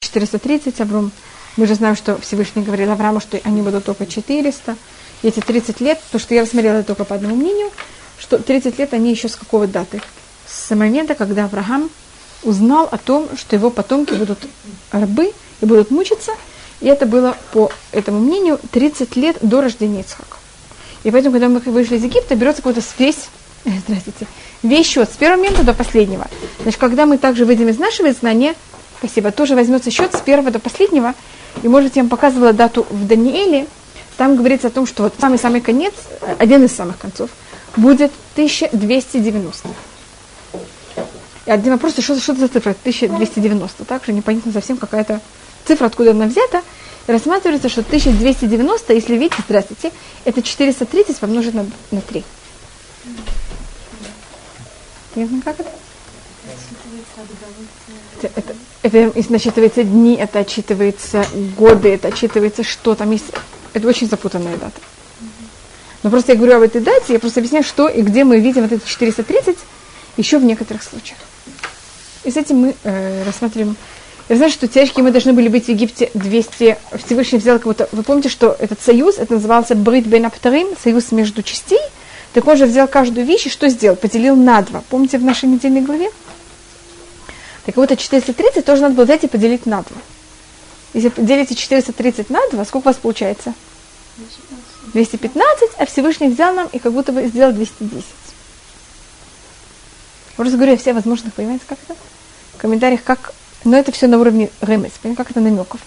430 Авром. Мы же знаем, что Всевышний говорил Аврааму, что они будут только 400. И эти 30 лет, то, что я рассмотрела это только по одному мнению, что 30 лет они еще с какого даты? С момента, когда Авраам узнал о том, что его потомки будут рабы и будут мучиться. И это было, по этому мнению, 30 лет до рождения Ицхака. И поэтому, когда мы вышли из Египта, берется какой-то весь счет с первого момента до последнего. Значит, когда мы также выйдем из нашего изгнания, спасибо, тоже возьмется счет с первого до последнего. И, может, я вам показывала дату в Данииле. Там говорится о том, что вот самый-самый конец, один из самых концов, будет 1290. И один вопрос, что за цифра 1290? Также непонятно совсем какая-то цифра, откуда она взята. И рассматривается, что 1290, если видите, здравствуйте, это 430 помножить на 3. Понятно, как это? Это насчитывается дни, это отчитывается годы, это отчитывается что там есть. Это очень запутанная дата. Но просто я говорю об этой дате, я просто объясняю, что и где мы видим вот эти 430 еще в некоторых случаях. И с этим мы рассматриваем. Я знаю, что теоретически мы должны были быть в Египте 200, Всевышний взял кого-то. Вы помните, что этот союз, это назывался Брит бен Аптарим, союз между частей. Так он же взял каждую вещь и что сделал? Поделил на 2. Помните в нашей недельной главе? Так вот, 430 тоже надо было взять и поделить на 2. Если делите 430 на 2, сколько у вас получается? 215, а Всевышний взял нам и как будто бы сделал 210. Просто говорю о всех возможных, понимаете, как это? В комментариях, как... Но это все на уровне ремес, понимаете, как это намеков.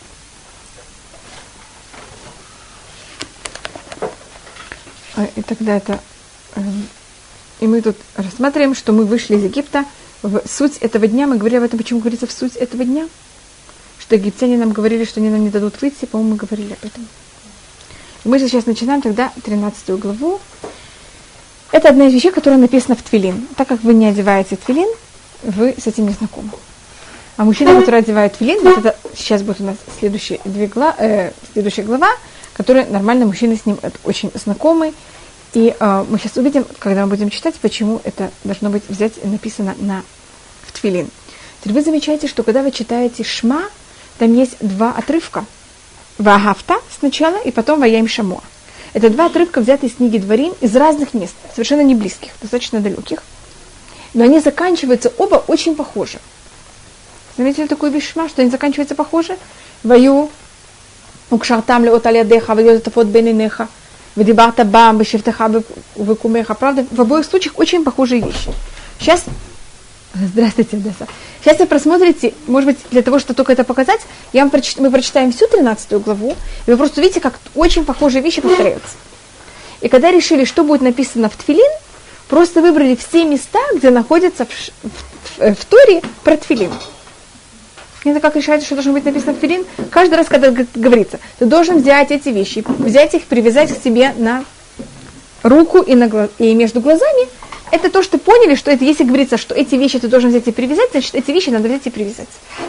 И тогда это... И мы тут рассматриваем, что мы вышли из Египта. В суть этого дня, мы говорили об этом, почему говорится в суть этого дня? Что египтяне нам говорили, что они нам не дадут выйти, по-моему, мы говорили об этом. И мы сейчас начинаем тогда 13 главу. Это одна из вещей, которая написана в Твилин. Так как вы не одеваете Твилин, вы с этим не знакомы. А мужчина, который одевает Твилин, вот это сейчас будет у нас следующая глава, которая нормально мужчина с ним очень знакомый. И мы сейчас увидим, когда мы будем читать, почему это должно быть взять и написано в Твилин. Теперь вы замечаете, что когда вы читаете Шма, там есть 2 отрывка. Ваагафта сначала, и потом Ваям Шамуа. Это 2 отрывка, взятые из книги Дворим, из разных мест, совершенно не близких, достаточно далеких. Но они заканчиваются оба очень похожи. Заметили такую вещь Шма, что они заканчиваются похожи? Ваю, укшартам леот аль-ядеха, вайот тафот бенинеха. Вадибарта бам, бешевтаха, выкумеха. Правда, в обоих случаях очень похожие вещи. Сейчас, здравствуйте, Одесса. Сейчас вы просмотрите, может быть, для того, чтобы только это показать, мы прочитаем всю 13 главу, и вы просто увидите, как очень похожие вещи повторяются. И когда решили, что будет написано в Твилин, просто выбрали все места, где находятся в Торе про Твилин. Это как решается, что должно быть написано в Твилин. Каждый раз, когда говорится, ты должен взять эти вещи, взять их, привязать к себе на руку и между глазами. Это то, что поняли, что это, если говорится, что эти вещи ты должен взять и привязать, значит, эти вещи надо взять и привязать.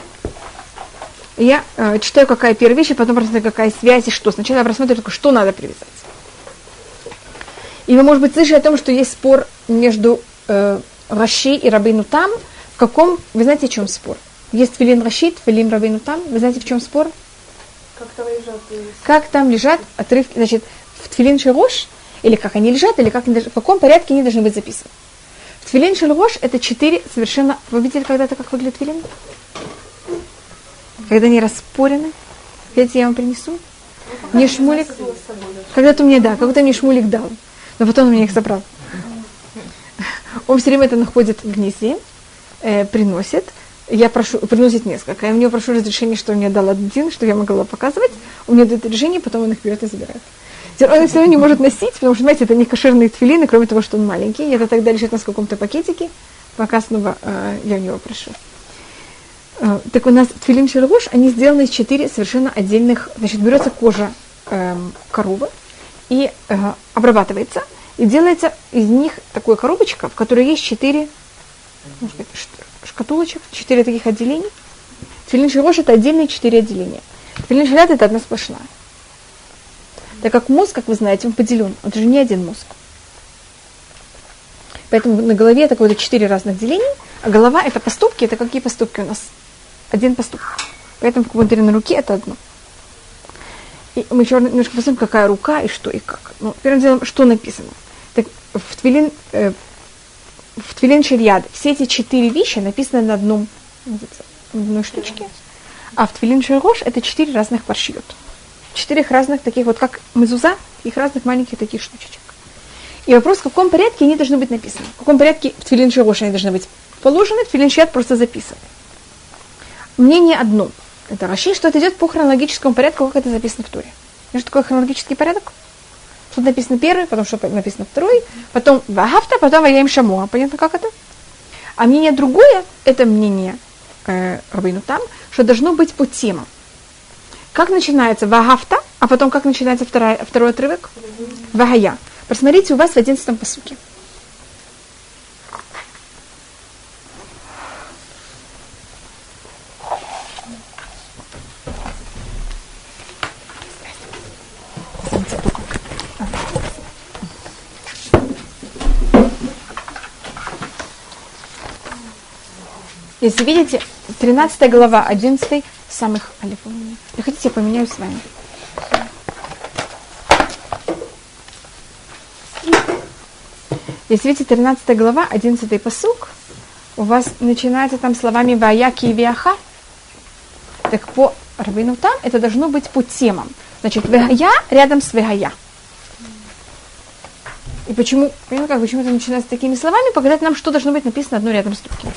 Я читаю, какая первая вещь, и потом рассмотрю, какая связь и что. Сначала я рассмотрю только, что надо привязать. И вы, может быть, слышали о том, что есть спор между Раши и Рабейну Там. Вы знаете, о чем спор? Есть Твилин Раши, Твилин Рабейну Там. Вы знаете, в чем спор? Как там лежат отрывки, значит, в Твилин Шерош, или как они лежат, или в каком порядке они должны быть записаны. В Твилин Шерош это 4 совершенно... Вы видели когда-то, как выглядит Твилин? Когда они распорены. Видите, я вам принесу. Мне Шмулик... Когда-то мне, да, как-то мне Шмулик дал. Но потом он мне их забрал. Он все время это находит в гнезде, приносит. Приносит несколько. Я у него прошу разрешения, что он мне дал один, что я могла показывать. Он мне дает решение, потом он их берет и забирает. Он их все равно не может носить, потому что, знаете, это не кошерные тфилины, кроме того, что он маленький. И это тогда лежит на каком-то пакетике. Пока снова я у него прошу. Так у нас тфилин шелгош, они сделаны из 4 совершенно отдельных... Значит, берется кожа коровы и обрабатывается. И делается из них такая коробочка, в которой есть 4... шкатулочек, 4 таких отделений. Тфилин шелгош это отдельные 4 отделения. Тфилин шелят это одна сплошная. Так как мозг, как вы знаете, он поделен. Он же не один мозг. Поэтому на голове это 4 разных деления, а голова это поступки. Это какие поступки у нас? Один поступок. Поэтому в календаре на руке это одно. И мы еще немножко посмотрим, какая рука и что и как. Ну, первым делом, что написано. Так, в Твилин Шельяд все эти 4 вещи написаны на одной штучке. А в Твилин Шельрош это 4 разных паршиот. 4 разных таких вот, как мезуза, их разных маленьких таких штучек. И вопрос, в каком порядке они должны быть написаны. В каком порядке в Твилин Шельрош они должны быть положены, в Твилин Шельяд просто записаны. Мнение одно. Это Раши, что это идет по хронологическому порядку, как это записано в Торе. Что такое хронологический порядок? Тут написано первый, потом что написано второй, потом Вагафта, потом Ваяим Шамуа. Понятно, как это? А мнение другое, это мнение Рабейну Там, что должно быть по темам. Как начинается Вагафта, а потом как начинается второй отрывок? Вагая. Посмотрите у вас в 11 пасуке. Если видите, 13 глава, 11 самых алифов. Если хотите, я поменяю с вами. Если видите, 13 глава, 11 пасук, у вас начинается там словами «Ваяки и Виаха». Так по Рабейну Там это должно быть по темам. Значит, «Вегая» рядом с «Вегая». И почему, почему это начинается такими словами? Показать нам, что должно быть написано одно рядом с другим.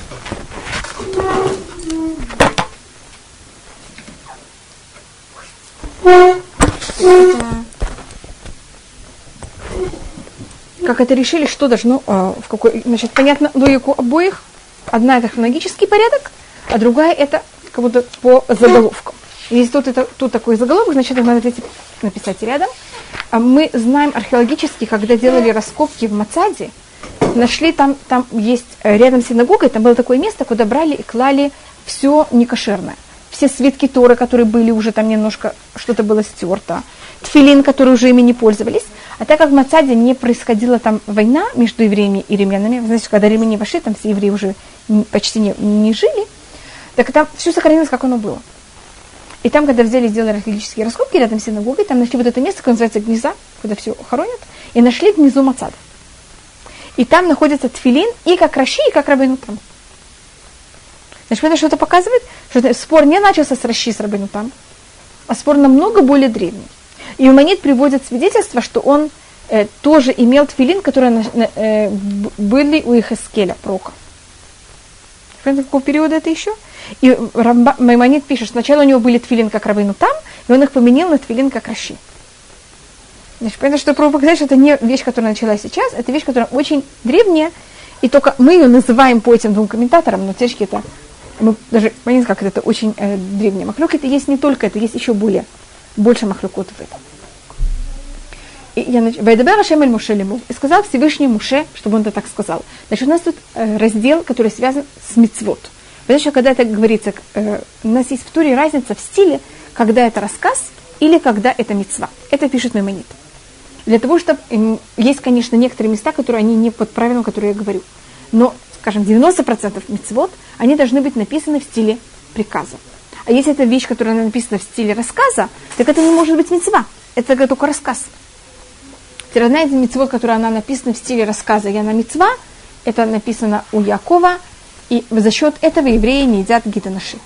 Как это решили, что должно, в какой, значит, понятно логику обоих. Одна это хронологический порядок, а другая это как будто по заголовкам. Если тут такой заголовок, значит, их надо написать рядом. А мы знаем археологически, когда делали раскопки в Мацаде, нашли там есть рядом с синагогой, там было такое место, куда брали и клали все некошерное. Все свитки Торы, которые были уже там немножко, что-то было стерто. Тфилин, которые уже ими не пользовались. А так как в Мацаде не происходила там война между евреями и римлянами, вы знаете, когда римляне вошли, там все евреи уже почти не жили, так там все сохранилось, как оно было. И там, когда взяли, сделали археологические раскопки рядом с синагогой, там нашли вот это место, которое называется Гнеза, куда все хоронят, и нашли внизу Мацада. И там находится тфилин и как Раши, и как Рабейну Там. Значит, это что-то показывает, что спор не начался с Раши, с Рабейну Там, а спор намного более древний. И Маймонид приводит свидетельство, что он тоже имел тфилин, которые были у Ихескеля, пророка. Понимаете, какого периода это еще? И Маймонид пишет, что сначала у него были тфилин, как Рабейну Там, и он их поменял на тфилин, как Раши. Значит, понятно, что пробую показать, что это не вещь, которая началась сейчас, это вещь, которая очень древняя, и только мы ее называем по этим двум комментаторам, но течки это, мы даже понимаем, как это очень древняя махлюк, это есть не только это, есть еще больше махлюкот в этом. «Вайдабер Ашем эль Моше лему», и сказал Всевышний Моше, чтобы он это так сказал. Значит, у нас тут раздел, который связан с мицвот. Потому что когда это говорится, у нас есть в Торе разница в стиле, когда это рассказ или когда это мицва. Это пишет Маймонид. Для того, чтобы... Есть, конечно, некоторые места, которые они не под правилом, которые я говорю. Но, скажем, 90% мицвот, они должны быть написаны в стиле приказа. А если это вещь, которая написана в стиле рассказа, так это не может быть мицва. Это только рассказ. Одна из мицвот, которая она написана в стиле рассказа, и она мицва, это написано у Якова, и за счет этого евреи не едят гитанаши.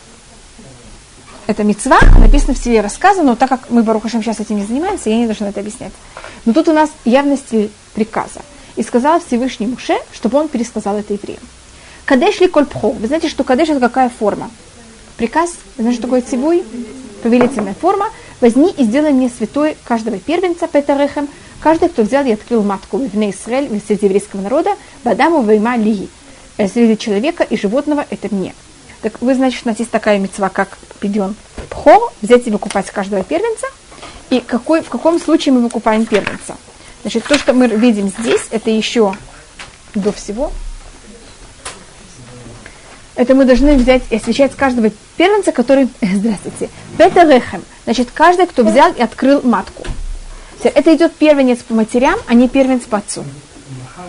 Это мицва, написано в стиле рассказа, но так как мы, Барух Ашем, сейчас этим не занимаемся, я не должна это объяснять. Но тут у нас явный стиль приказа. И сказал Всевышний Моше, чтобы он пересказал это евреям. Кадеш ли коль пхо. Вы знаете, что кадеш это какая форма? Приказ, вы знаете, что такое цивуй? Повелительная форма. Возьми и сделай мне святой каждого первенца, петарехем, каждый, кто взял и открыл матку в Израиль, среди еврейского народа, бадаму вейма лии. Среди человека и животного это мне. Так вы, значит, у нас есть такая мицва, как пидьон пхо, взять и выкупать каждого первенца. И в каком случае мы выкупаем первенца? Значит, то, что мы видим здесь, это еще до всего. Это мы должны взять и освещать каждого первенца, который... Здравствуйте. Петарехем. Значит, каждый, кто взял и открыл матку. Это идет первенец по матерям, а не первенец по отцу.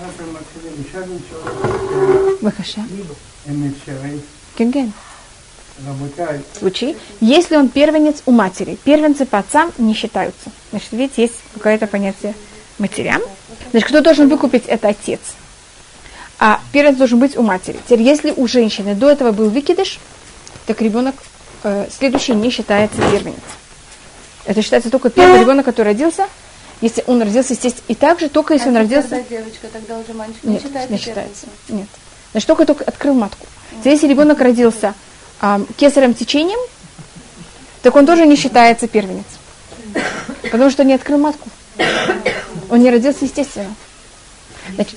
Бахаша. Кенген. случай, если он первенец у матери. Первенцы по отцам не считаются. Значит, видите, есть какое-то понятие матерям. Значит, кто должен выкупить, это отец. А первенец должен быть у матери. Теперь, если у женщины до этого был выкидыш, так ребенок следующий не считается первенец. Это считается только первый ребенок, который родился. Если он родился, естественно, и также только если он родился... Тогда девочка, тогда уже мальчик не считается. Нет. Значит, только открыл матку. Если ребенок родился кесаревым течением, так он тоже не считается первенец. Потому что не открыл матку. Он не родился естественно. Значит,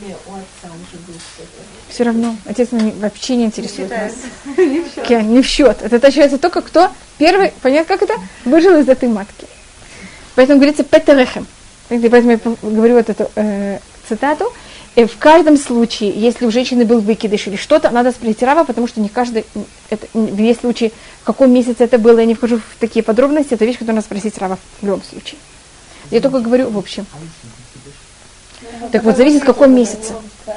все равно. Отец вообще не интересует нас. Не в счет. Это считается только кто первый, понятно, как это, выжил из этой матки. Поэтому говорится «петерехем». Поэтому я говорю вот эту цитату. И в каждом случае, если у женщины был выкидыш или что-то, надо спросить Рава, потому что не каждый, есть случаи, в каком месяце это было, я не вхожу в такие подробности, это вещь, которую надо спросить Рава в любом случае. Я только говорю в общем. Так вот, зависит в каком месяце.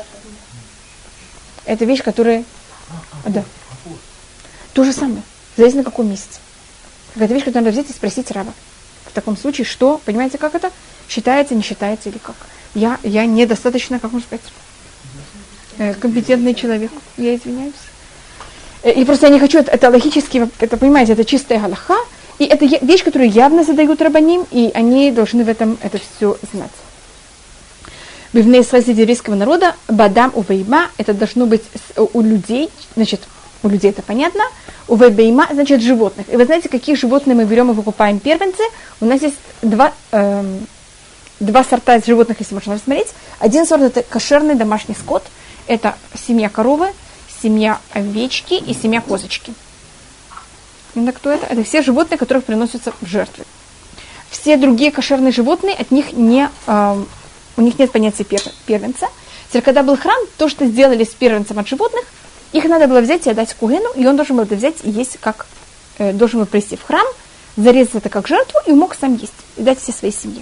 Это вещь, которая... Да. То же самое. Зависит на каком месяце. Это вещь, которую надо взять и спросить Рава. В таком случае, что, понимаете, как это? Считается, не считается или как? Я недостаточно, как можно сказать, компетентный человек. Я извиняюсь. И просто я не хочу, это логически, это, понимаете, это чистая галаха, и это вещь, которую явно задают рабаним, и они должны в этом это все знать. В среди еврейского народа бадам увейма, это должно быть у людей, значит, у людей это понятно, увейма, значит, животных. И вы знаете, каких животных мы берем и выкупаем первенцы? У нас есть два сорта животных, если можно рассмотреть. Один сорт – это кошерный домашний скот. Это семья коровы, семья овечки и семья козочки. Именно кто это? Это все животные, которых приносятся в жертвы. Все другие кошерные животные, от них у них нет понятия первенца. Теперь, когда был храм, то, что сделали с первенцем от животных, их надо было взять и отдать кугену, и он должен был это взять и есть, как должен был привести в храм, зарезать это как жертву, и мог сам есть, и дать всей своей семье.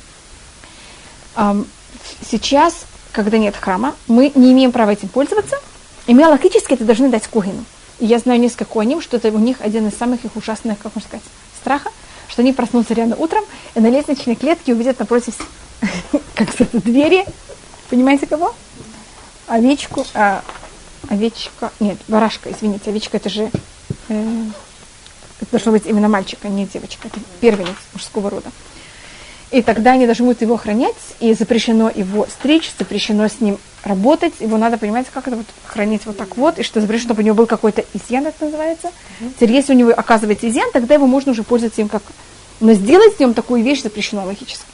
Сейчас, когда нет храма, мы не имеем права этим пользоваться, и мы логически это должны дать кугену. И я знаю несколько куаним, что это у них один из самых их ужасных, как можно сказать, страха, что они проснутся рано утром и на лестничной клетке увидят напротив как-то двери, понимаете кого? Овечку, овечка, нет, барашка, извините, овечка это же, это должно быть именно мальчик, а не девочка, это первенец мужского рода. И тогда они должны будут его охранять, и запрещено его стричь, запрещено с ним работать, его надо, понимаете, как это вот хранить вот так вот, и что запрещено, чтобы у него был какой-то изъян, это называется. Теперь, если у него оказывается изъян, тогда его можно уже пользоваться им как... Но сделать с ним такую вещь запрещено логически.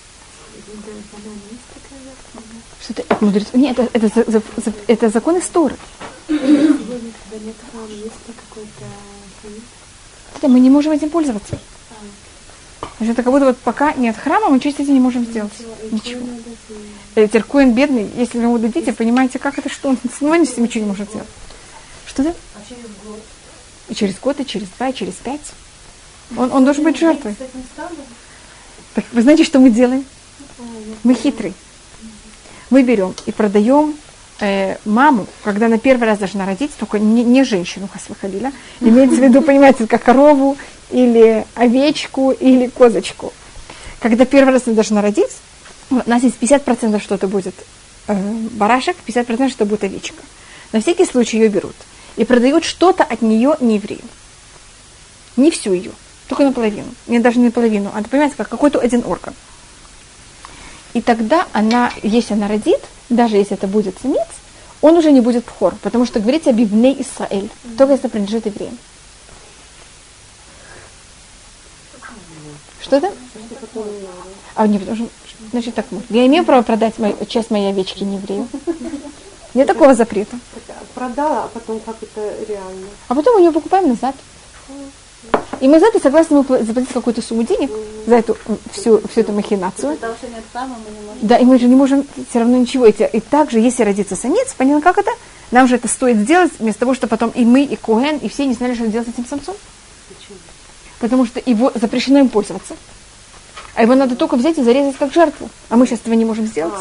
Что это мудрецы? Нет, это закон истории. Это мы не можем этим пользоваться. Значит, это как будто вот пока нет храма, мы ничего с этим не можем сделать. Ничего. Теркуин бедный, если вы ему дадите, понимаете, как это, что он с ним ничего не может сделать. Что это? А через год? И через год, и через 2, и через 5. Он должен быть жертвой. Так вы знаете, что мы делаем? Мы хитрые. Мы берем и продаем маму, когда она первый раз должна родить, только не женщину, хасвахалиля, имеется в виду, понимаете, как корову, или овечку, или козочку. Когда первый раз она должна родить, у нас есть 50%, что это будет барашек, 50%, что будет овечка. На всякий случай ее берут. И продают что-то от нее не еврею. Не всю ее, только наполовину. Не даже не наполовину, а, понимаете, как какой-то один орган. И тогда она, если она родит, даже если это будет самец, он уже не будет пхор, потому что говорится об Ибней Исраэль, только если принадлежит евреям. Что это? А не, потому что, значит, так можно. Я имею право продать часть моей овечки не еврею. Нет такого запрета. Продала, а потом как это реально? А потом мы ее покупаем назад. И мы за это согласны заплатить какую-то сумму денег за эту всю эту махинацию. Потому что нет храма, мы не можем. Да, и мы же не можем все равно ничего. И также, если родится самец, понятно, как это? Нам же это стоит сделать, вместо того, что потом и мы, и Коэн, и все не знали, что делать с этим самцом. Почему? Потому что его запрещено им пользоваться. А его надо только взять и зарезать как жертву. А мы сейчас этого не можем сделать.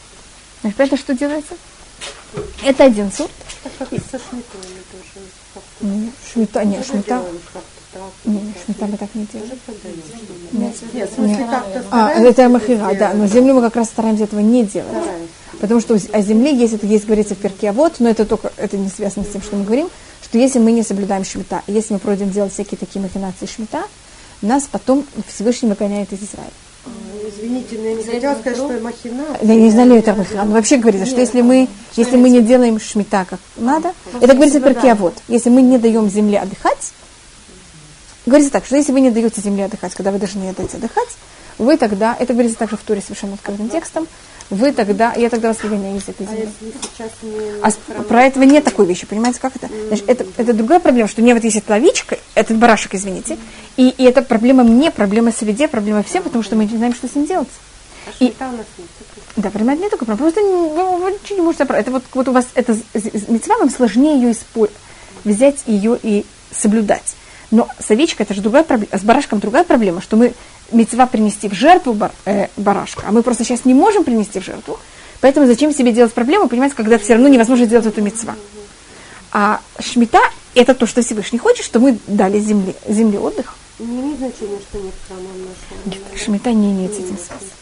Поэтому что делается? Это один суд. Так как со сметаной тоже. Не, шмита, не, Тоже шмита. делаем как-то так. Не, шмита мы так не делаем. Тоже продаем. Нет. Нет, в смысле, Нет. как-то А, стараемся это махира, делать. да. Но землю мы как раз стараемся этого не делать. Стараемся. Потому что о земле есть, это есть говорится в перке, а вот, но это только, это не связано с тем, что мы говорим, что если мы не соблюдаем шмита, если мы пройдем делать всякие такие махинации шмита, нас потом Всевышний выгоняет из Израиля. Извините, но я не хотела сказать, что махина. Я не знаю, это махира. Но вообще говорится, что если мы не делаем шмита как надо, это говорится в перке, а вот, если мы не даем земле отдыхать, говорится так, что если вы не даете земле отдыхать, когда вы должны ей дать отдыхать, вы тогда, это говорится также в Торе совершенно открытым текстом, вы тогда, я тогда вас выгоняю из этой А земли. если сейчас не... А про этого нет такой вещи, понимаете, как это? Значит, это другая проблема, что у меня вот есть эта овечка, этот барашек, извините, и это проблема мне, проблема среде, проблема всем, потому что мы не знаем, что с ним делать. А шмита у нас нет. Да, понимаете, не только проблема, просто вы ничего не можете оправдать. Это вот у вас, это мицва, вам сложнее ее взять ее и соблюдать. Но с овечкой это же другая проблема, с барашком другая проблема, что мы мицва принести в жертву барашка, а мы просто сейчас не можем принести в жертву, поэтому зачем себе делать проблему, понимаете, когда все равно невозможно сделать эту мицва. А шмита это то, что Всевышний хочет, что мы дали земле отдых. Не имеет значения, что нет храма в нашем. Нет, шмита не имеет с этим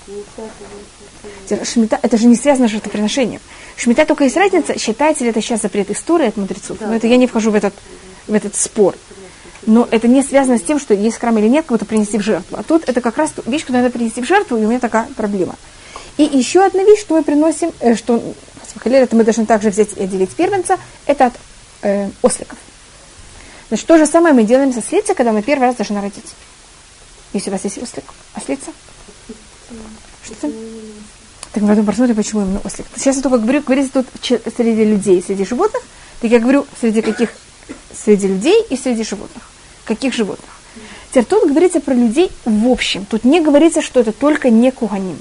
связи. Шмита, это же не связано с жертвоприношением. Шмита только есть разница, считается ли это сейчас запрет истории от мудрецов. Но это я не вхожу в этот спор. Но это не связано с тем, что есть храм или нет, кого-то принести в жертву. А тут это как раз вещь, которую надо принести в жертву, и у меня такая проблема. И еще одна вещь, что мы приносим, что это мы должны также взять и отделить первенца, это от осликов. Значит, то же самое мы делаем со ослицей, когда мы первый раз должны родиться. Если у вас есть ослик, ослица. Что-то? Так мы потом посмотрим, почему именно ослик. Сейчас я только говорю, говорится тут среди людей, среди животных, так я говорю, среди каких? Среди людей и среди животных. Каких животных? Теперь тут говорится про людей в общем. Тут не говорится, что это только не куганим.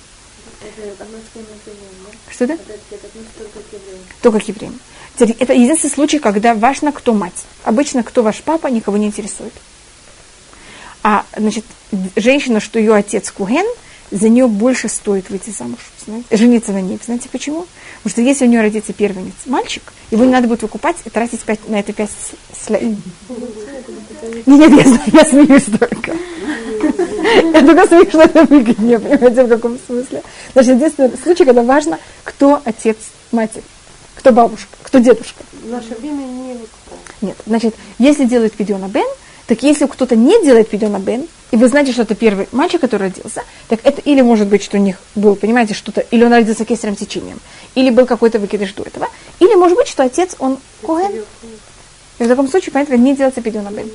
Что это? Только к евреям. Теперь, это единственный случай, когда важно, кто мать. Обычно, кто ваш папа, никого не интересует. А, значит, женщина, что ее отец куген, за нее больше стоит выйти замуж, знаете, жениться на ней. Знаете почему? Потому что если у нее родится первенец, мальчик, его не надо будет выкупать и тратить на это 5 слоев. Нет, я смеюсь только. Я только смеюсь, что это выгоднее, понимаете, в каком смысле. Значит, единственный случай, когда важно, кто отец матери, кто бабушка, кто дедушка. В наше время не выкупают. Нет, значит, если делают пидьона бен, так если кто-то не делает пидьона бен, и вы знаете, что это первый мальчик, который родился, так это или может быть, что у них был, понимаете, что-то, или он родился кесарем течением, или был какой-то выкидыш до этого, или может быть, что отец, он коген. И в таком случае, понятно, не делается пидьона бен.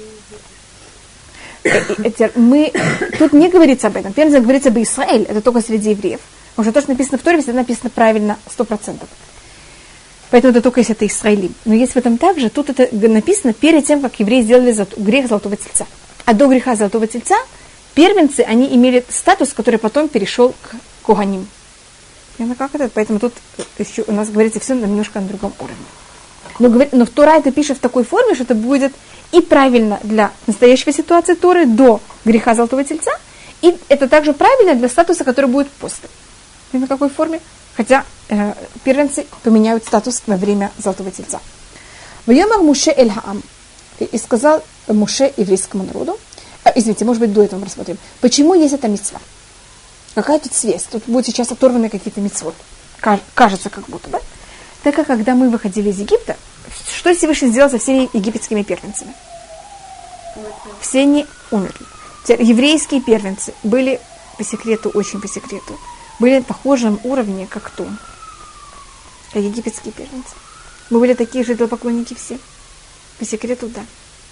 Мы, тут не говорится об этом. Первое говорится об Израиле, это только среди евреев. Потому что то, что написано в Торе, всегда написано правильно 100%. Поэтому это только если это Исраилим. Но есть в этом также, тут это написано перед тем, как евреи сделали грех Золотого Тельца. А до греха Золотого Тельца первенцы, они имели статус, который потом перешел к Коганим. Как это? Поэтому тут еще у нас говорится все немножко на другом уровне. Но в Тора это пишет в такой форме, что это будет и правильно для настоящей ситуации Торы до греха Золотого Тельца, и это также правильно для статуса, который будет после. И на какой форме? Хотя первенцы поменяют статус во время Золотого Тельца. «Ваемар Муше эль хаам». И сказал Муше еврейскому народу, извините, может быть, до этого мы рассмотрим, почему есть эта мицва? Какая тут связь? Тут будут сейчас оторваны какие-то мицвот. Кажется, как будто бы. Так как когда мы выходили из Египта, что Всевышний сделал со всеми египетскими первенцами? Все они умерли. Теперь, еврейские первенцы были по секрету, очень по секрету, были на похожем уровне, как кто? Как египетские первенцы. Мы были такие же идолопоклонники все. По секрету, да.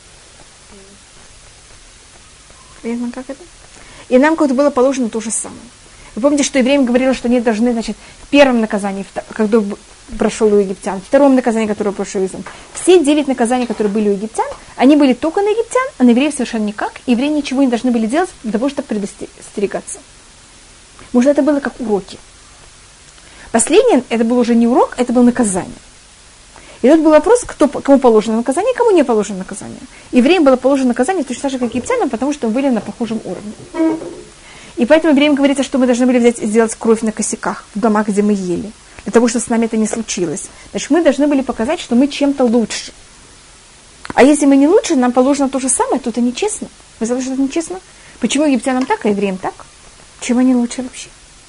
Понятно, как это? И нам как-то было положено то же самое. Вы помните, что евреям говорили, что они должны, значит, в первом наказании, когда прошел у египтян, в втором наказании, которое прошел у египтян. Все 9 наказаний, которые были у египтян, они были только на египтян, а на евреев совершенно никак. Евреи ничего не должны были делать для того, чтобы предостерегаться. Может, это было как уроки. Последнее, это был уже не урок, это было наказание. И тут был вопрос, кому положено наказание, кому не положено наказание. Евреям было положено наказание точно так же, как египтянам, потому что мы были на похожем уровне. И поэтому евреям говорится, что мы должны были взять и сделать кровь на косяках, в домах, где мы ели. Для того, чтобы с нами это не случилось. Значит, мы должны были показать, что мы чем-то лучше. А если мы не лучше, нам положено то же самое, то это нечестно. Вы знаете, что это нечестно? Почему египтянам так, а евреям так? Чем они лучше вообще?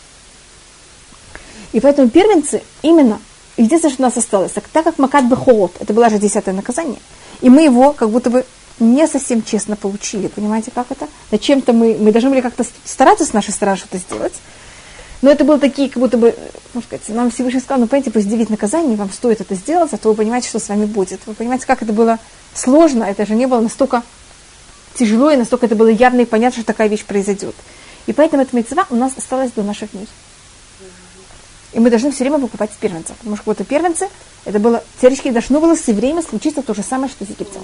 И поэтому первенцы именно, единственное, что у нас осталось, так как Макат Бехолот, это было же 10-е наказание, и мы его как будто бы не совсем честно получили. Понимаете, как это? Зачем-то мы должны были как-то стараться с нашей стороны что-то сделать. Но это было такие, как будто бы, можно сказать, нам Всевышний сказал, ну, понимаете, после 9 наказаний вам стоит это сделать, а то вы понимаете, что с вами будет. Вы понимаете, как это было сложно, это же не было настолько тяжело, и настолько это было явно и понятно, что такая вещь произойдет. И поэтому эта мицва у нас осталась до наших дней. И мы должны все время покупать первенцев. Потому что вот первенцы, это было, теоретически должно было все время случиться то же самое, что с египтянами.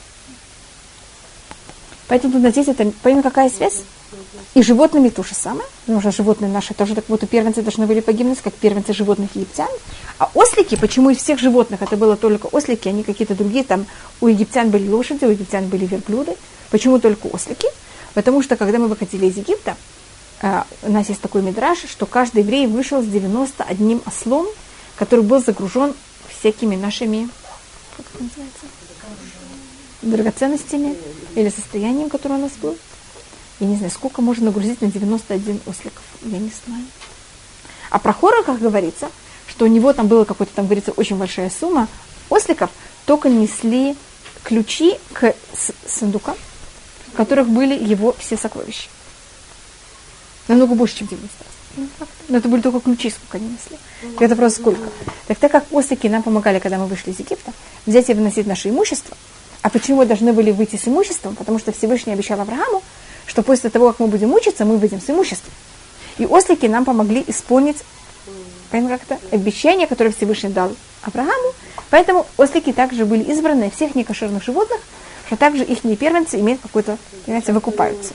Поэтому тут здесь это, понятно, какая связь? И животными то же самое, потому что животные наши тоже так вот у первенцы должны были погибнуть, как первенцы животных египтян. А ослики, почему из всех животных это было только ослики, а не какие-то другие, там у египтян были лошади, у египтян были верблюды. Почему только ослики? Потому что когда мы выходили из Египта, у нас есть такой мидраш, что каждый еврей вышел с 91 ослом, который был загружен всякими нашими, как это называется, драгоценностями или состоянием, которое у нас было. Я не знаю, сколько можно нагрузить на 91 осликов. Я не знаю. А про Хора, как говорится, что у него там была какая-то, там говорится, очень большая сумма осликов, только несли ключи к сундукам, в которых были его все сокровища. Намного больше, чем 90. Но это были только ключи, сколько они несли. Это просто сколько. Так как ослики нам помогали, когда мы вышли из Египта, взять и выносить наше имущество. А почему мы должны были выйти с имуществом? Потому что Всевышний обещал Аврааму, что после того, как мы будем мучиться, мы выйдем с имуществом. И ослики нам помогли исполнить как-то обещание, которое Всевышний дал Аврааму. Поэтому ослики также были избраны всех некошерных животных, что также их первенцы имеют какой-то, понимаете, выкупаются.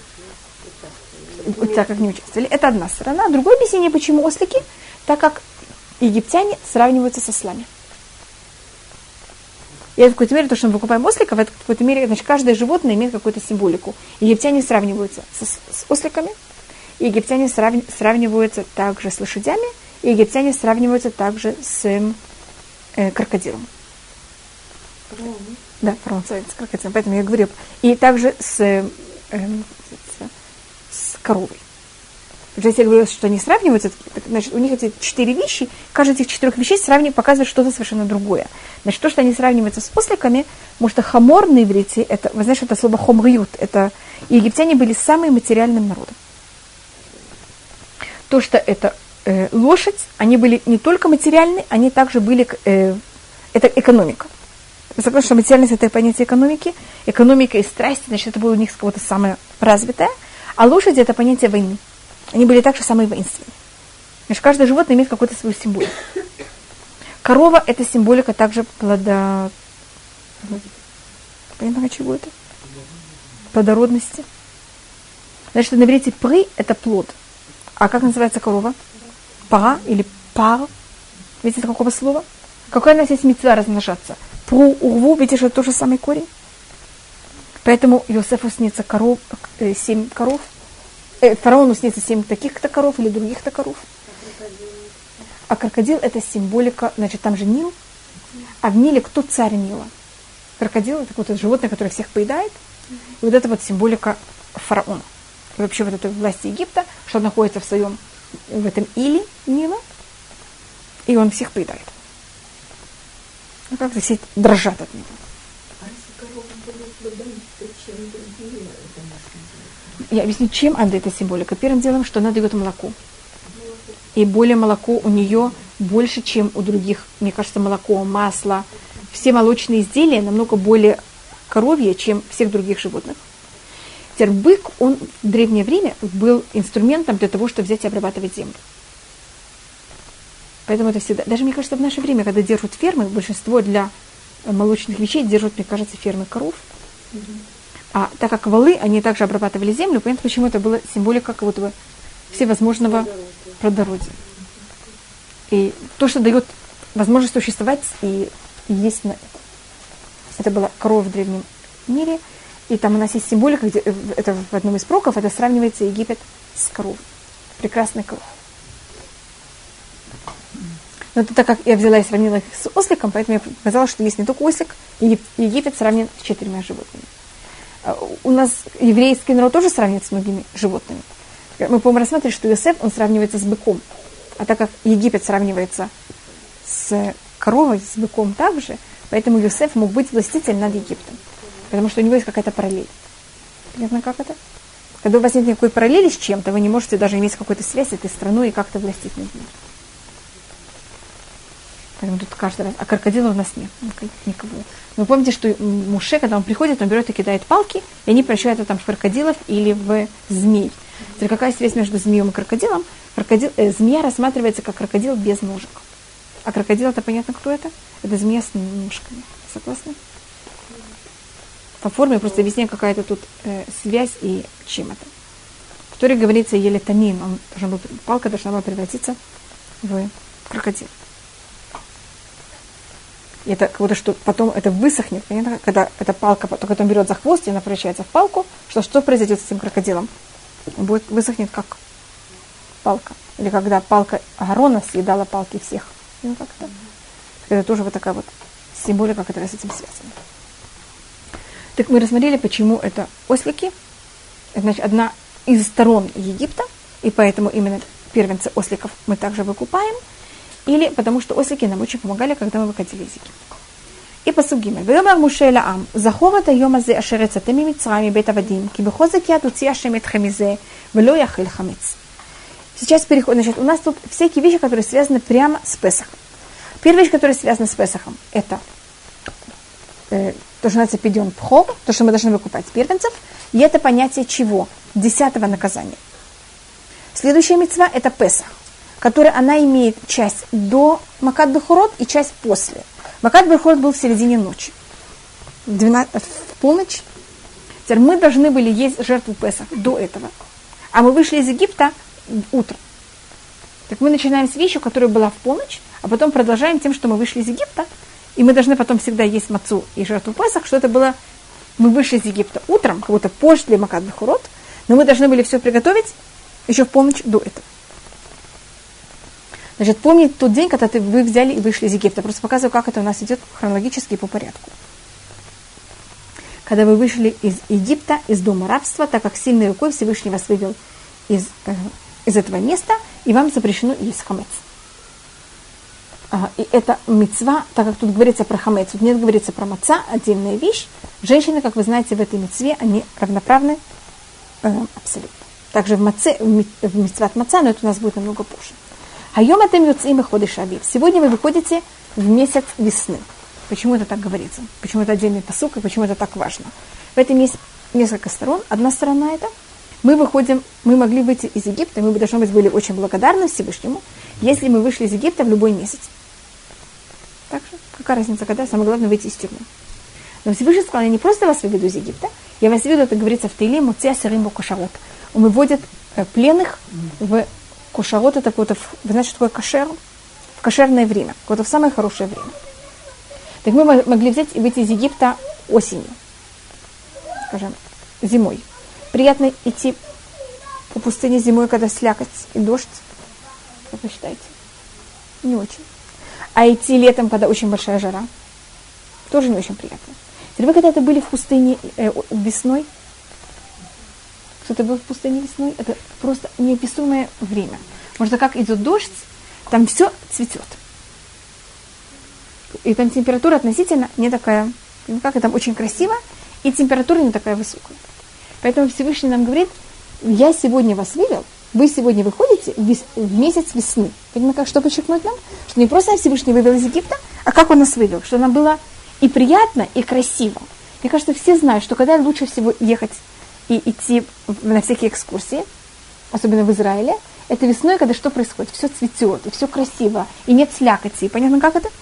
Так как не участвовали. Это одна сторона. Другое объяснение, почему ослики, так как египтяне сравниваются со ослами. И это в какой-то мере, то, что мы выкупаем осликов, это в какой-то мере, значит, каждое животное имеет какую-то символику. Египтяне сравниваются с осликами, и египтяне сравниваются также с лошадями, и египтяне сравниваются также с крокодилом. Да, фараон с крокодилом, поэтому я говорю. И также с коровой. Если я говорю, что они сравниваются, значит, у них эти 4 вещи, каждая из этих 4 вещей показывает что-то совершенно другое. Значит, то, что они сравниваются с осликами, потому что хамор на иврите, это, вы знаете, это слово хомриют, это и египтяне были самым материальным народом. То, что это лошадь, они были не только материальны, они также были, это экономика. Вы согласны, что материальность это понятие экономики, экономика и страсти, значит, это было у них какое-то самое развитое. А лошади – это понятие войны. Они были также самые воинственные. Значит, каждое животное имеет какую-то свою символику. Корова – это символика также плода... Понятно, чего это? Плодородности. Значит, на иврите «пры» – это плод. А как называется корова? Пара или пар. Видите, какого слова? Какая у нас есть мицва размножаться? Пру, урву, видите, что это тот же самый корень? Поэтому Йосефу снится 7 коров. Фараону снится 7 таких-то коров или других-то коров. А крокодил – это символика, значит, там же Нил. А в Ниле кто царь Нила? Крокодил – это вот это животное, которое всех поедает. И вот это вот символика фараона. И вообще вот этой власти Египта, что он находится в этом иле Нила, и он всех поедает. Ну как-то все дрожат от него. Я объясню, чем Анда эта символика. Первым делом, что она дает молоко. И более молоко у нее больше, чем у других. Мне кажется, молоко, масло, все молочные изделия намного более коровье, чем всех других животных. Теперь бык, он в древнее время был инструментом для того, чтобы взять и обрабатывать землю. Поэтому это всегда... Даже, мне кажется, в наше время, когда держат фермы, большинство для молочных вещей держат, мне кажется, фермы коров. А так как валы, они также обрабатывали землю, понятно, почему это была символика как будто бы всевозможного плодородия. И то, что дает возможность существовать и есть на это. Это была корова в древнем мире. И там у нас есть символика, где, это в одном из пророков, это сравнивается Египет с коровой. Прекрасной коровой. Но это так как я взяла и сравнила их с осликом, поэтому я показала, что есть не только ослик, Египет сравнен с 4 животными. У нас еврейский народ тоже сравнивает с многими животными. Мы, по-моему, рассматривали, что Йосеф, он сравнивается с быком. А так как Египет сравнивается с коровой, с быком также, поэтому Йосеф мог быть властителем над Египтом. Потому что у него есть какая-то параллель. Понятно, как это? Когда у вас нет никакой параллели с чем-то, вы не можете даже иметь какую-то связь с этой страной и как-то властить над ней. Поэтому тут каждый раз. А крокодила у нас нет никого. Но вы помните, что Моше, когда он приходит, он берет и кидает палки, и они превращаются там в крокодилов или в змей. Теперь какая связь между змеем и крокодилом? Змея рассматривается как крокодил без ножек. А крокодил, это понятно, кто это? Это змея с ножками. Согласны? По форме просто объясняю, какая-то тут связь и чем это. В Торе говорится еле тамин, палка должна была превратиться в крокодил. И это как будто что потом это высохнет, понятно? Когда эта палка, только он берет за хвост, и она превращается в палку, что произойдет с этим крокодилом? Он высохнет как палка. Или когда палка Аарона съедала палки всех. Ну, как это? Это тоже вот такая вот символика, которая с этим связана. Так мы рассмотрели, почему это ослики. Это, значит, одна из сторон Египта, и поэтому именно первенцы осликов мы также выкупаем. Или потому что ослики нам очень помогали, когда мы выходили из Египта. И посук гимель. «Вайомер Моше эль аам, захор эт хайом азе ашер яцаtem мимицраим мибейт авадим, ки бехозек яд уци Ашем этхем мизе, вело яхил хамец». Сейчас переход. Значит, у нас тут всякие вещи, которые связаны прямо с Песахом. Первая вещь, которая связана с Песахом, это то, что называется пидьон пхор, то, что мы должны выкупать первенцев, и это понятие чего? 10-го наказания. Следующая мицва – это Песах, которая она имеет часть до Макат Бехорот и часть после. Макат Бехорот был в середине ночи, в полночь. Теперь мы должны были есть жертву Песах до этого, а мы вышли из Египта утром. Так мы начинаем с вещи, которая была в полночь, а потом продолжаем тем, что мы вышли из Египта, и мы должны потом всегда есть мацу и жертву Песах, что это было, мы вышли из Египта утром, как будто после Макат Бехорот, но мы должны были все приготовить еще в полночь до этого. Значит, помните тот день, когда вы взяли и вышли из Египта. Просто показываю, как это у нас идет хронологически по порядку. Когда вы вышли из Египта, из дома рабства, так как сильной рукой Всевышний вас вывел из этого места, и вам запрещено есть хамец. И это мицва, так как тут говорится про хамец, тут нет говорится про маца, отдельная вещь. Женщины, как вы знаете, в этой мицве, они равноправны абсолютно. Также в мицват маца, но это у нас будет намного позже. Хайом атем юцим беходеш авив. Сегодня вы выходите в месяц весны. Почему это так говорится? Почему это отдельный пасук и почему это так важно? В этом есть несколько сторон. Одна сторона это мы могли выйти из Египта, мы должны быть были очень благодарны Всевышнему, если мы вышли из Египта в любой месяц. Так же, какая разница, когда самое главное выйти из тюрьмы. Но Всевышний сказал, я не просто вас выведу из Египта, я вас выведу, это говорится в Теиле, муцея сырым кошарот. Он выводит пленных в кошарот, это какое-то, вы знаете, что такое кошер? В кошерное время, какое-то в самое хорошее время. Так мы могли взять и выйти из Египта осенью, скажем, зимой. Приятно идти по пустыне зимой, когда слякоть и дождь, как вы считаете? Не очень. А идти летом, когда очень большая жара, тоже не очень приятно. Теперь вы когда-то были в пустыне весной, кто-то был в пустыне весной, это просто неописуемое время. Может, как идет дождь, там все цветет. И там температура относительно не такая, как это там очень красиво, и температура не такая высокая. Поэтому Всевышний нам говорит, я сегодня вас вывел, вы сегодня выходите в месяц весны. Понимаете, что подчеркнуть нам? Что не просто Всевышний вывел из Египта, а как он нас вывел, что нам было и приятно, и красиво. Мне кажется, все знают, что когда лучше всего ехать и идти на всякие экскурсии, особенно в Израиле, это весной, когда что происходит? Все цветет, и все красиво, и нет слякоти. Понятно, как это?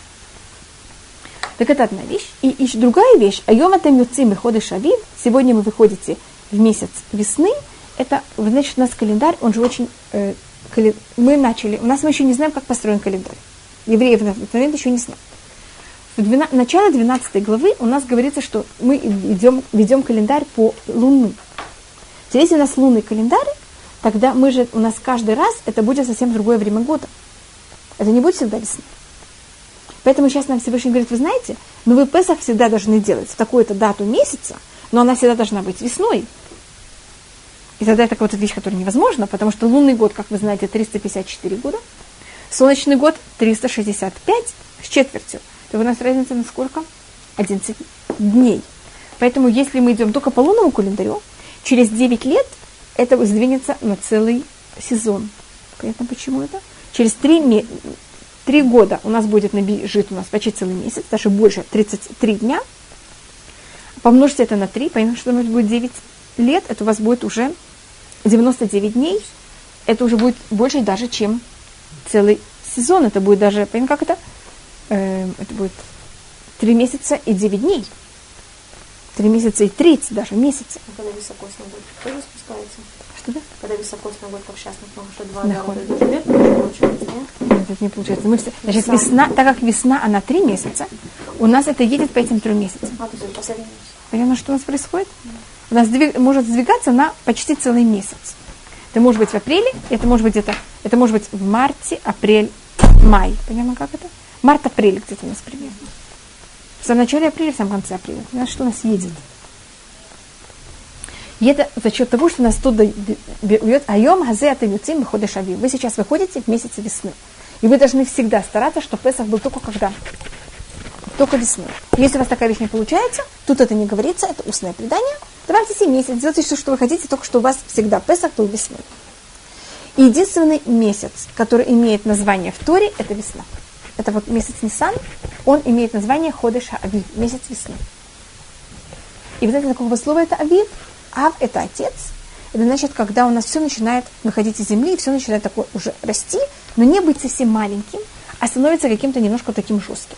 Так это одна вещь. И еще другая вещь. Айом атем юцим беходеш авив. Сегодня вы выходите в месяц весны. Это, значит, у нас календарь, он же очень... мы еще не знаем, как построен календарь. Евреи в этот момент еще не знают. В начале 12 главы у нас говорится, что мы ведем календарь по Луны. Если у нас лунный календарь, тогда у нас каждый раз это будет совсем другое время года. Это не будет всегда весной. Поэтому сейчас нам Всевышний говорит, вы знаете, но вы Песах всегда должны делать в такую-то дату месяца, но она всегда должна быть весной. И тогда это вот вещь, которая невозможна, потому что лунный год, как вы знаете, 354 года, солнечный год 365 с четвертью. То у нас разница на сколько? 11 дней. Поэтому если мы идем только по лунному календарю, через 9 лет это сдвинется на целый сезон. Понятно, почему это? Через 3 года у нас будет жить у нас почти целый месяц, даже больше, 33 дня. Помножьте это на 3, понятно, что у нас будет 9 лет, это у вас будет уже 99 дней. Это уже будет больше даже, чем целый сезон. Это будет даже, понятно, как это? Это будет 3 месяца и 9 дней. 3 месяца и 30 даже месяца. А когда високосный год тоже спускается? Что да? Когда високосный год, как сейчас, потому что 2 года лет, получается, нет? Нет, это не получается. Значит, весна, так как весна, она 3 месяца, у нас это едет по этим 3 месяцам. А, то есть последний месяц. Понятно, что у нас происходит? У нас может сдвигаться на почти целый месяц. Это может быть в апреле, это может быть где-то, это может быть в марте, апрель, май. Понятно, как это? Март-апрель где-то у нас примерно. В самом начале апреля, в самом конце апреля. Понимаете, что у нас едет? И это за счет того, что нас тут берет айом хазе атамюцим выходишь авив. Вы сейчас выходите в месяц весны. И вы должны всегда стараться, чтобы Песах был только когда? Только весной. Если у вас такая вещь не получается, тут это не говорится, это устное предание. Добавьте себе месяц, делайте все, что вы хотите, только что у вас всегда Песах был весной. И единственный месяц, который имеет название в Торе, это весна. Это вот месяц Нисан, он имеет название Ходеш Авив, месяц весны. И вы знаете, какого слова это Авив? Ав – это отец. Это значит, когда у нас все начинает выходить из земли, и все начинает такое уже расти, но не быть совсем маленьким, а становится каким-то немножко таким жестким.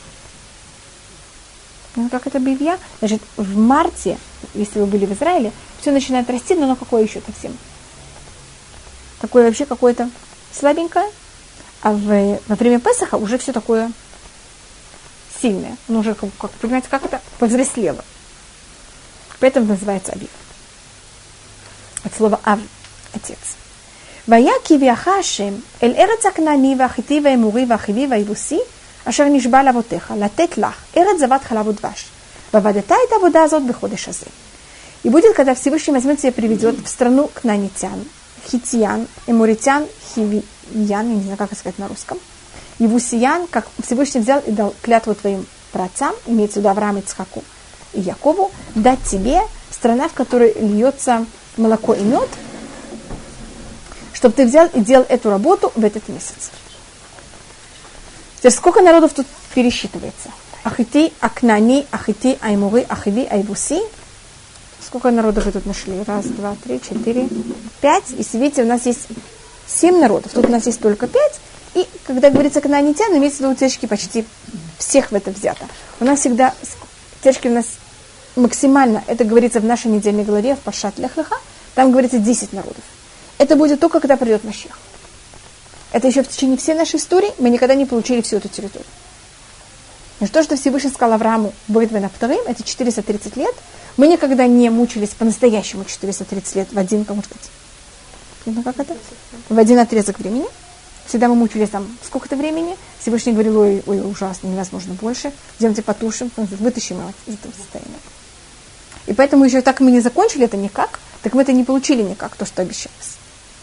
Ну, как это бивья? Значит, в марте, если вы были в Израиле, все начинает расти, но оно какое еще совсем? Такое вообще какое-то слабенькое. А во время Песаха уже все такое сильное. Оно уже, понимаете, как это повзрослело. Поэтому называется Авив. От слова Ав – отец. «Ваяки вияха Ашем эль эрец הכנעני והחיתי והאמורי והחיבי והיבוסי אשר נשבע לאבותיך לתת לך ארץ זבת חלב ודבש ועבדת את העבודה הזאת בחודש הזה». И будет, когда Всевышний возьмет тебя и приведет в страну кнаанитян, хитиян, эморитян, хивиян, я не знаю, как это сказать на русском, Евусиян, как Всевышний взял и дал клятву твоим праотцам, имеется в виду Аврааму, Ицхаку и Якову, дать тебе страна, в которой льется молоко и мед, чтобы ты взял и делал эту работу в этот месяц. Теперь сколько народов тут пересчитывается? Ахити, Акнани, Ахити, Аймуры, Ахиви, Айбуси. Сколько народов вы тут нашли? 1, 2, 3, 4, 5. И видите, у нас есть 7 народов. Тут у нас есть только 5. И когда говорится кнаанитян, имеется в виду утечки почти всех в это взято. У нас всегда утечки у нас максимально, это говорится в нашей недельной главе, в Пашат Лех-Леха, там говорится 10 народов. Это будет только, когда придет Машиах. Это еще в течение всей нашей истории мы никогда не получили всю эту территорию. И то, что Всевышний сказал Аврааму Бейт бен Авторим, это 430 лет, мы никогда не мучились по-настоящему 430 лет в один, кому сказать, ну, как это? В один отрезок времени. Всегда мы мучились там сколько-то времени. Всевышний говорил, ой, ужасно, невозможно больше. Идемте потушим, вытащим его из этого состояния. И поэтому еще так мы не закончили это никак, так мы это не получили никак, то, что обещалось.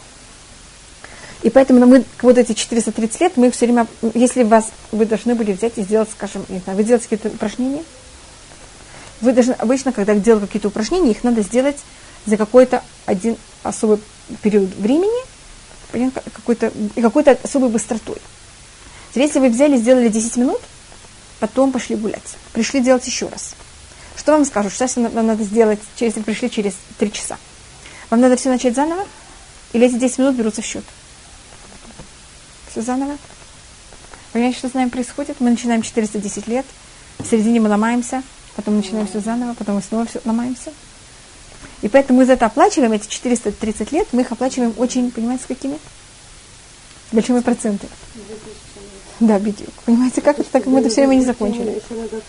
И поэтому мы вот эти 430 лет, мы все время, если вы должны были взять и сделать, скажем, не знаю, вы делаете какие-то упражнения, вы должны, обычно, когда делают какие-то упражнения, их надо сделать за какой-то один особый период времени, какой-то особой быстротой. Если вы взяли, сделали 10 минут, потом пошли гулять, пришли делать еще раз. Что вам скажут? Что вам надо сделать, если вы пришли через 3 часа? Вам надо все начать заново? Или эти 10 минут берутся в счет? Все заново? Понимаете, что с нами происходит? Мы начинаем 410 лет, в середине мы ломаемся, потом начинаем все заново, потом мы снова все ломаемся. И поэтому мы за это оплачиваем, эти 430 лет, мы их оплачиваем очень, понимаете, с какими? С большими процентами. Да, бедюк. Понимаете, как это так? Мы это все время не закончили.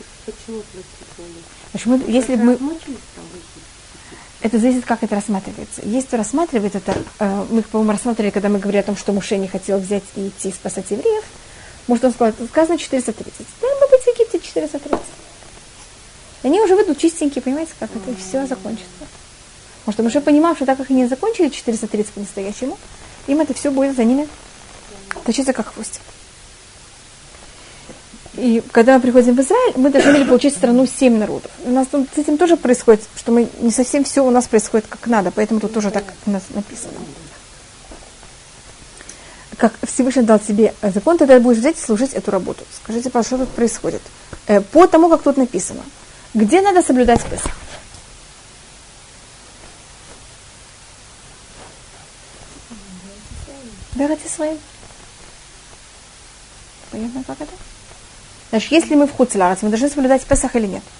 Почему? Если мы... Это зависит, как это рассматривается. Если рассматривает это, мы, по-моему, рассматривали, когда мы говорили о том, что Моше не хотел взять и идти спасать евреев, Может, он сказал, сказано 430. Да, мы быть в Египте 430. И они уже выйдут чистенькие, понимаете, как это, и все закончится. Может, он уже понимал, что так как они закончили 430 по-настоящему, им это все будет за ними точиться как хвостик. И когда мы приходим в Израиль, мы должны были получить страну 7 народов. У нас тут с этим тоже происходит, что мы не совсем все у нас происходит как надо, поэтому тут тоже так у нас написано. Как Всевышний дал тебе закон, тогда будешь взять и служить эту работу. Скажите, пожалуйста, что тут происходит? По тому, как тут написано. Где надо соблюдать Песах? Берете своим. Понятно, как это? Значит, если мы в Хуцларец, мы должны соблюдать Песах или нет?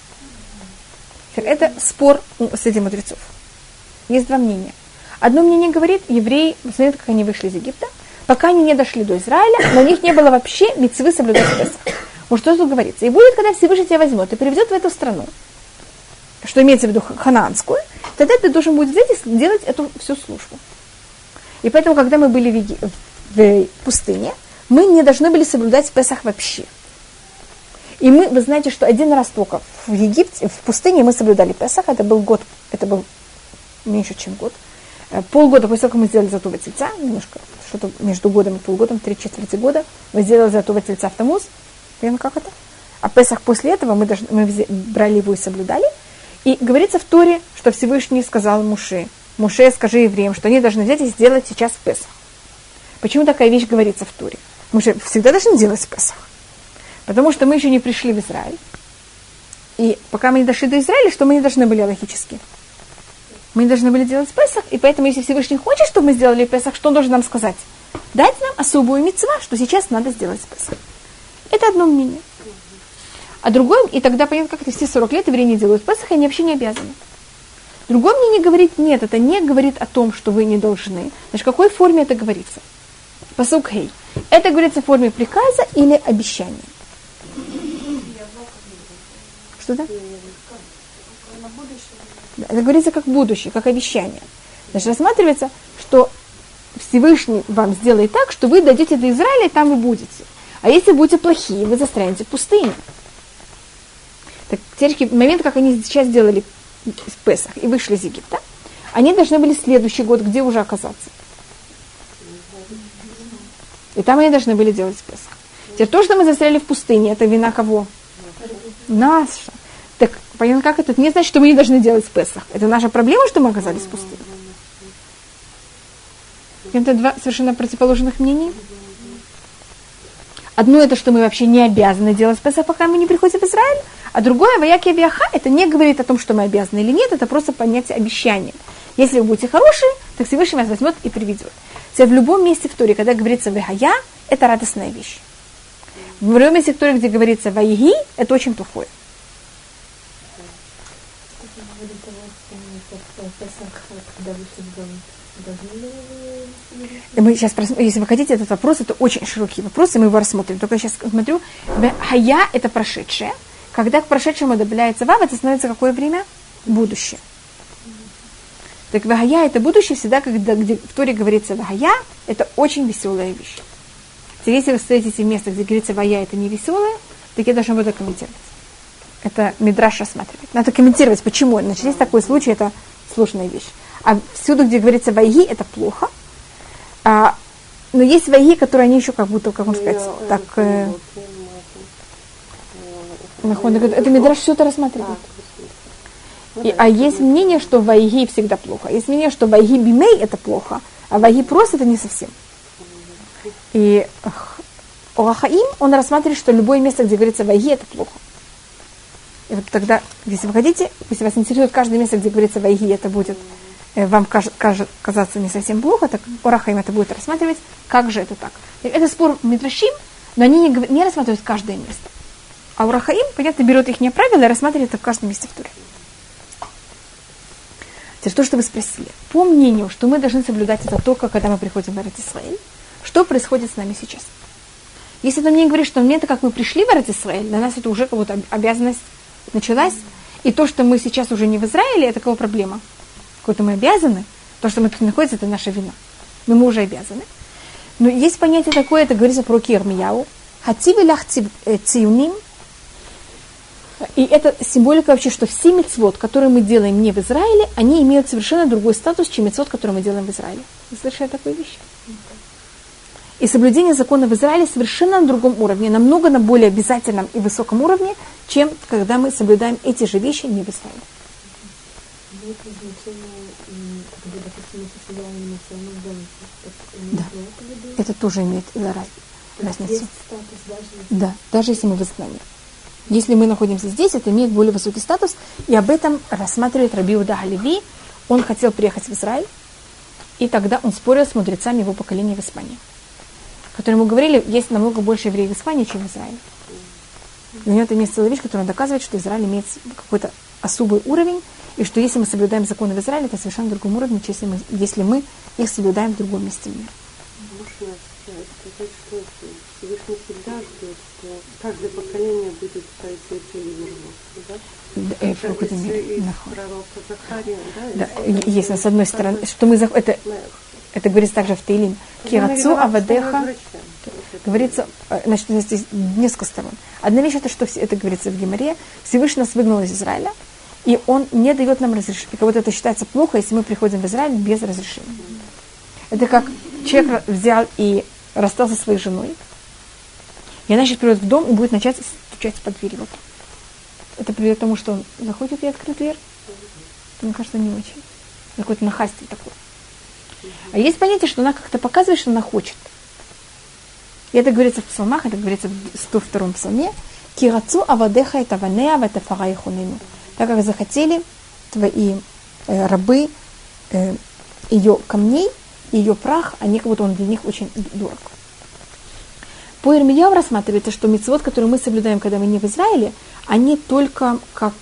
Это спор среди мудрецов. Есть два мнения. Одно мнение говорит, евреи, смотрите, как они вышли из Египта, пока они не дошли до Израиля, но у них не было вообще мицвы соблюдать Песах. Вот что тут говорится. И будет, когда Всевышний тебя возьмет и приведет в эту страну, что имеется в виду ханаанскую, тогда ты должен будет взять и делать эту всю службу. И поэтому, когда мы были в пустыне, мы не должны были соблюдать Песах вообще. И вы знаете, что один раз только в Египте, в пустыне мы соблюдали Песах, это был год, это был меньше, чем год. Полгода после того, как мы сделали Золотого Тельца, немножко, что-то между годом и полгодом, 3/4 года, мы сделали Золотого Тельца в Тамуз. Понятно, как это? А Песах после этого мы брали его и соблюдали. И говорится в Торе, что Всевышний сказал Муше, скажи евреям, что они должны взять и сделать сейчас Песах. Почему такая вещь говорится в Торе? Мы же всегда должны делать Песах. Потому что мы еще не пришли в Израиль. И пока мы не дошли до Израиля, что мы не должны были логически? Мы не должны были делать Песах, и поэтому, если Всевышний хочет, чтобы мы сделали Песах, что он должен нам сказать? Дать нам особую мицва, что сейчас надо сделать Песах. Это одно мнение. А другое, и тогда понятно, как это все 40 лет евреи не делают Песах, и они вообще не обязаны. Другое мнение говорит, нет, это не говорит о том, что вы не должны. Значит, в какой форме это говорится? Пасук хей. Это говорится в форме приказа или обещания. Что да? Это говорится как будущее, как обещание. Значит, рассматривается, что Всевышний вам сделает так, что вы дойдете до Израиля, и там вы будете. А если будете плохие, вы застрянете в пустыне. Так теперь, в момент, как они сейчас сделали Песах и вышли из Египта, они должны были следующий год где уже оказаться. И там они должны были делать Песах. Теперь то, что мы застряли в пустыне, это вина кого? Наша. Так, понятно, как это? Это не значит, что мы не должны делать Песах. Это наша проблема, что мы оказались в пустыне. Это два совершенно противоположных мнений. Одно это, что мы вообще не обязаны делать Песах, пока мы не приходим в Израиль. А другое, ваяки авиаха, это не говорит о том, что мы обязаны или нет, это просто понятие обещания. Если вы будете хорошие, так Всевышний вас возьмет и приведет. В любом месте в Торе, когда говорится «вехая», это радостная вещь. В любом месте в Торе, где говорится «ваиги», это очень плохое. Мы сейчас, если вы хотите этот вопрос, это очень широкий вопрос, и мы его рассмотрим. Только я сейчас смотрю, «хая» это прошедшее. Когда к прошедшему добавляется «вав», это становится какое время? Будущее. Так «вахая» это будущее всегда, когда где в Торе говорится «вахая», это очень веселая вещь. Теперь, если вы встретите место, где говорится «вахая» это не веселое, так я должна буду комментировать. Это Мидраш рассматривает. Надо комментировать, почему. Значит, есть такой случай, это сложная вещь. А всюду, где говорится «вайги», это плохо. Но есть «вайги», которые они еще как будто, как можно сказать, так... это Мидраш все это рассматривает. А есть мнение, что «вайги» всегда плохо. Есть мнение, что «вайги бимей» это плохо, а «вайги просто» это не совсем. И Орахаим, он рассматривает, что любое место, где говорится «вайги», это плохо. И вот тогда, если вы хотите, если вас интересует каждое место, где говорится «вайги», это будет вам казаться не совсем плохо, так Орахаим это будет рассматривать, как же это так. Это спор Мидрашим, но они не рассматривают каждое место. А Орахаим, понятно, берет их правила и рассматривает это в каждом месте в Торе. Теперь то, что вы спросили. По мнению, что мы должны соблюдать это только, когда мы приходим в Эрец-Исраэль, что происходит с нами сейчас? Если это мне говорит, что момент, как мы пришли в Эрец-Исраэль, для нас это уже как будто обязанность началась, и то, что мы сейчас уже не в Израиле, это какая проблема? Какой-то мы обязаны, то, что мы тут находимся, это наша вина. Но мы уже обязаны. Но есть понятие такое, это говорится про Ирмияу. Хативилях циюним. И это символика вообще, что все мицвот, которые мы делаем не в Израиле, они имеют совершенно другой статус, чем мицвот, которые мы делаем в Израиле. Вы слышали такую вещь? И соблюдение закона в Израиле совершенно на другом уровне, намного на более обязательном и высоком уровне, чем когда мы соблюдаем эти же вещи не в Израиле. Да, это тоже имеет разницу. Да, даже если мы в изгнании. Если мы находимся здесь, это имеет более высокий статус, и об этом рассматривает Раби Иуда ха-Леви. Он хотел приехать в Израиль, и тогда он спорил с мудрецами его поколения в Испании, которые ему говорили, есть намного больше евреев в Испании, чем в Израиле. Для него это имеет целая вещь, которая доказывает, что Израиль имеет какой-то особый уровень, и что если мы соблюдаем законы в Израиле, это совершенно на другом уровне, чем если мы их соблюдаем в другом месте мира. Можно сказать, что Всевышний всегда ждет, что каждое поколение будет пройти эти В какой-то мере. Пророка Захария, да, есть, с одной стороны, что мы это говорится также в Теилим. Кирацу авадеха. Говорится, значит, здесь несколько сторон. Одна вещь, это что это говорится в Гемаре. Всевышний нас выгнал из Израиля, и он не дает нам разрешения. И как будто это считается плохо, если мы приходим в Израиль без разрешения. Это как человек взял и расстался со своей женой, и она сейчас придет в дом и будет начать стучать под дверь. Вот. Это приведет к тому, что он заходит и открыт дверь. Мне кажется, не очень. Какое-то нахальство такое. А есть понятие, что она как-то показывает, что она хочет. И это говорится в псалмах, это говорится в 102-м псалме. «Кирацу авадеха и таванеа ватафара ихунину». Так как захотели твои рабы ее камней, ее прах, они как будто он для них очень дорог. По Ирмияу рассматривается, что мицвот, которые мы соблюдаем, когда мы не в Израиле, они только как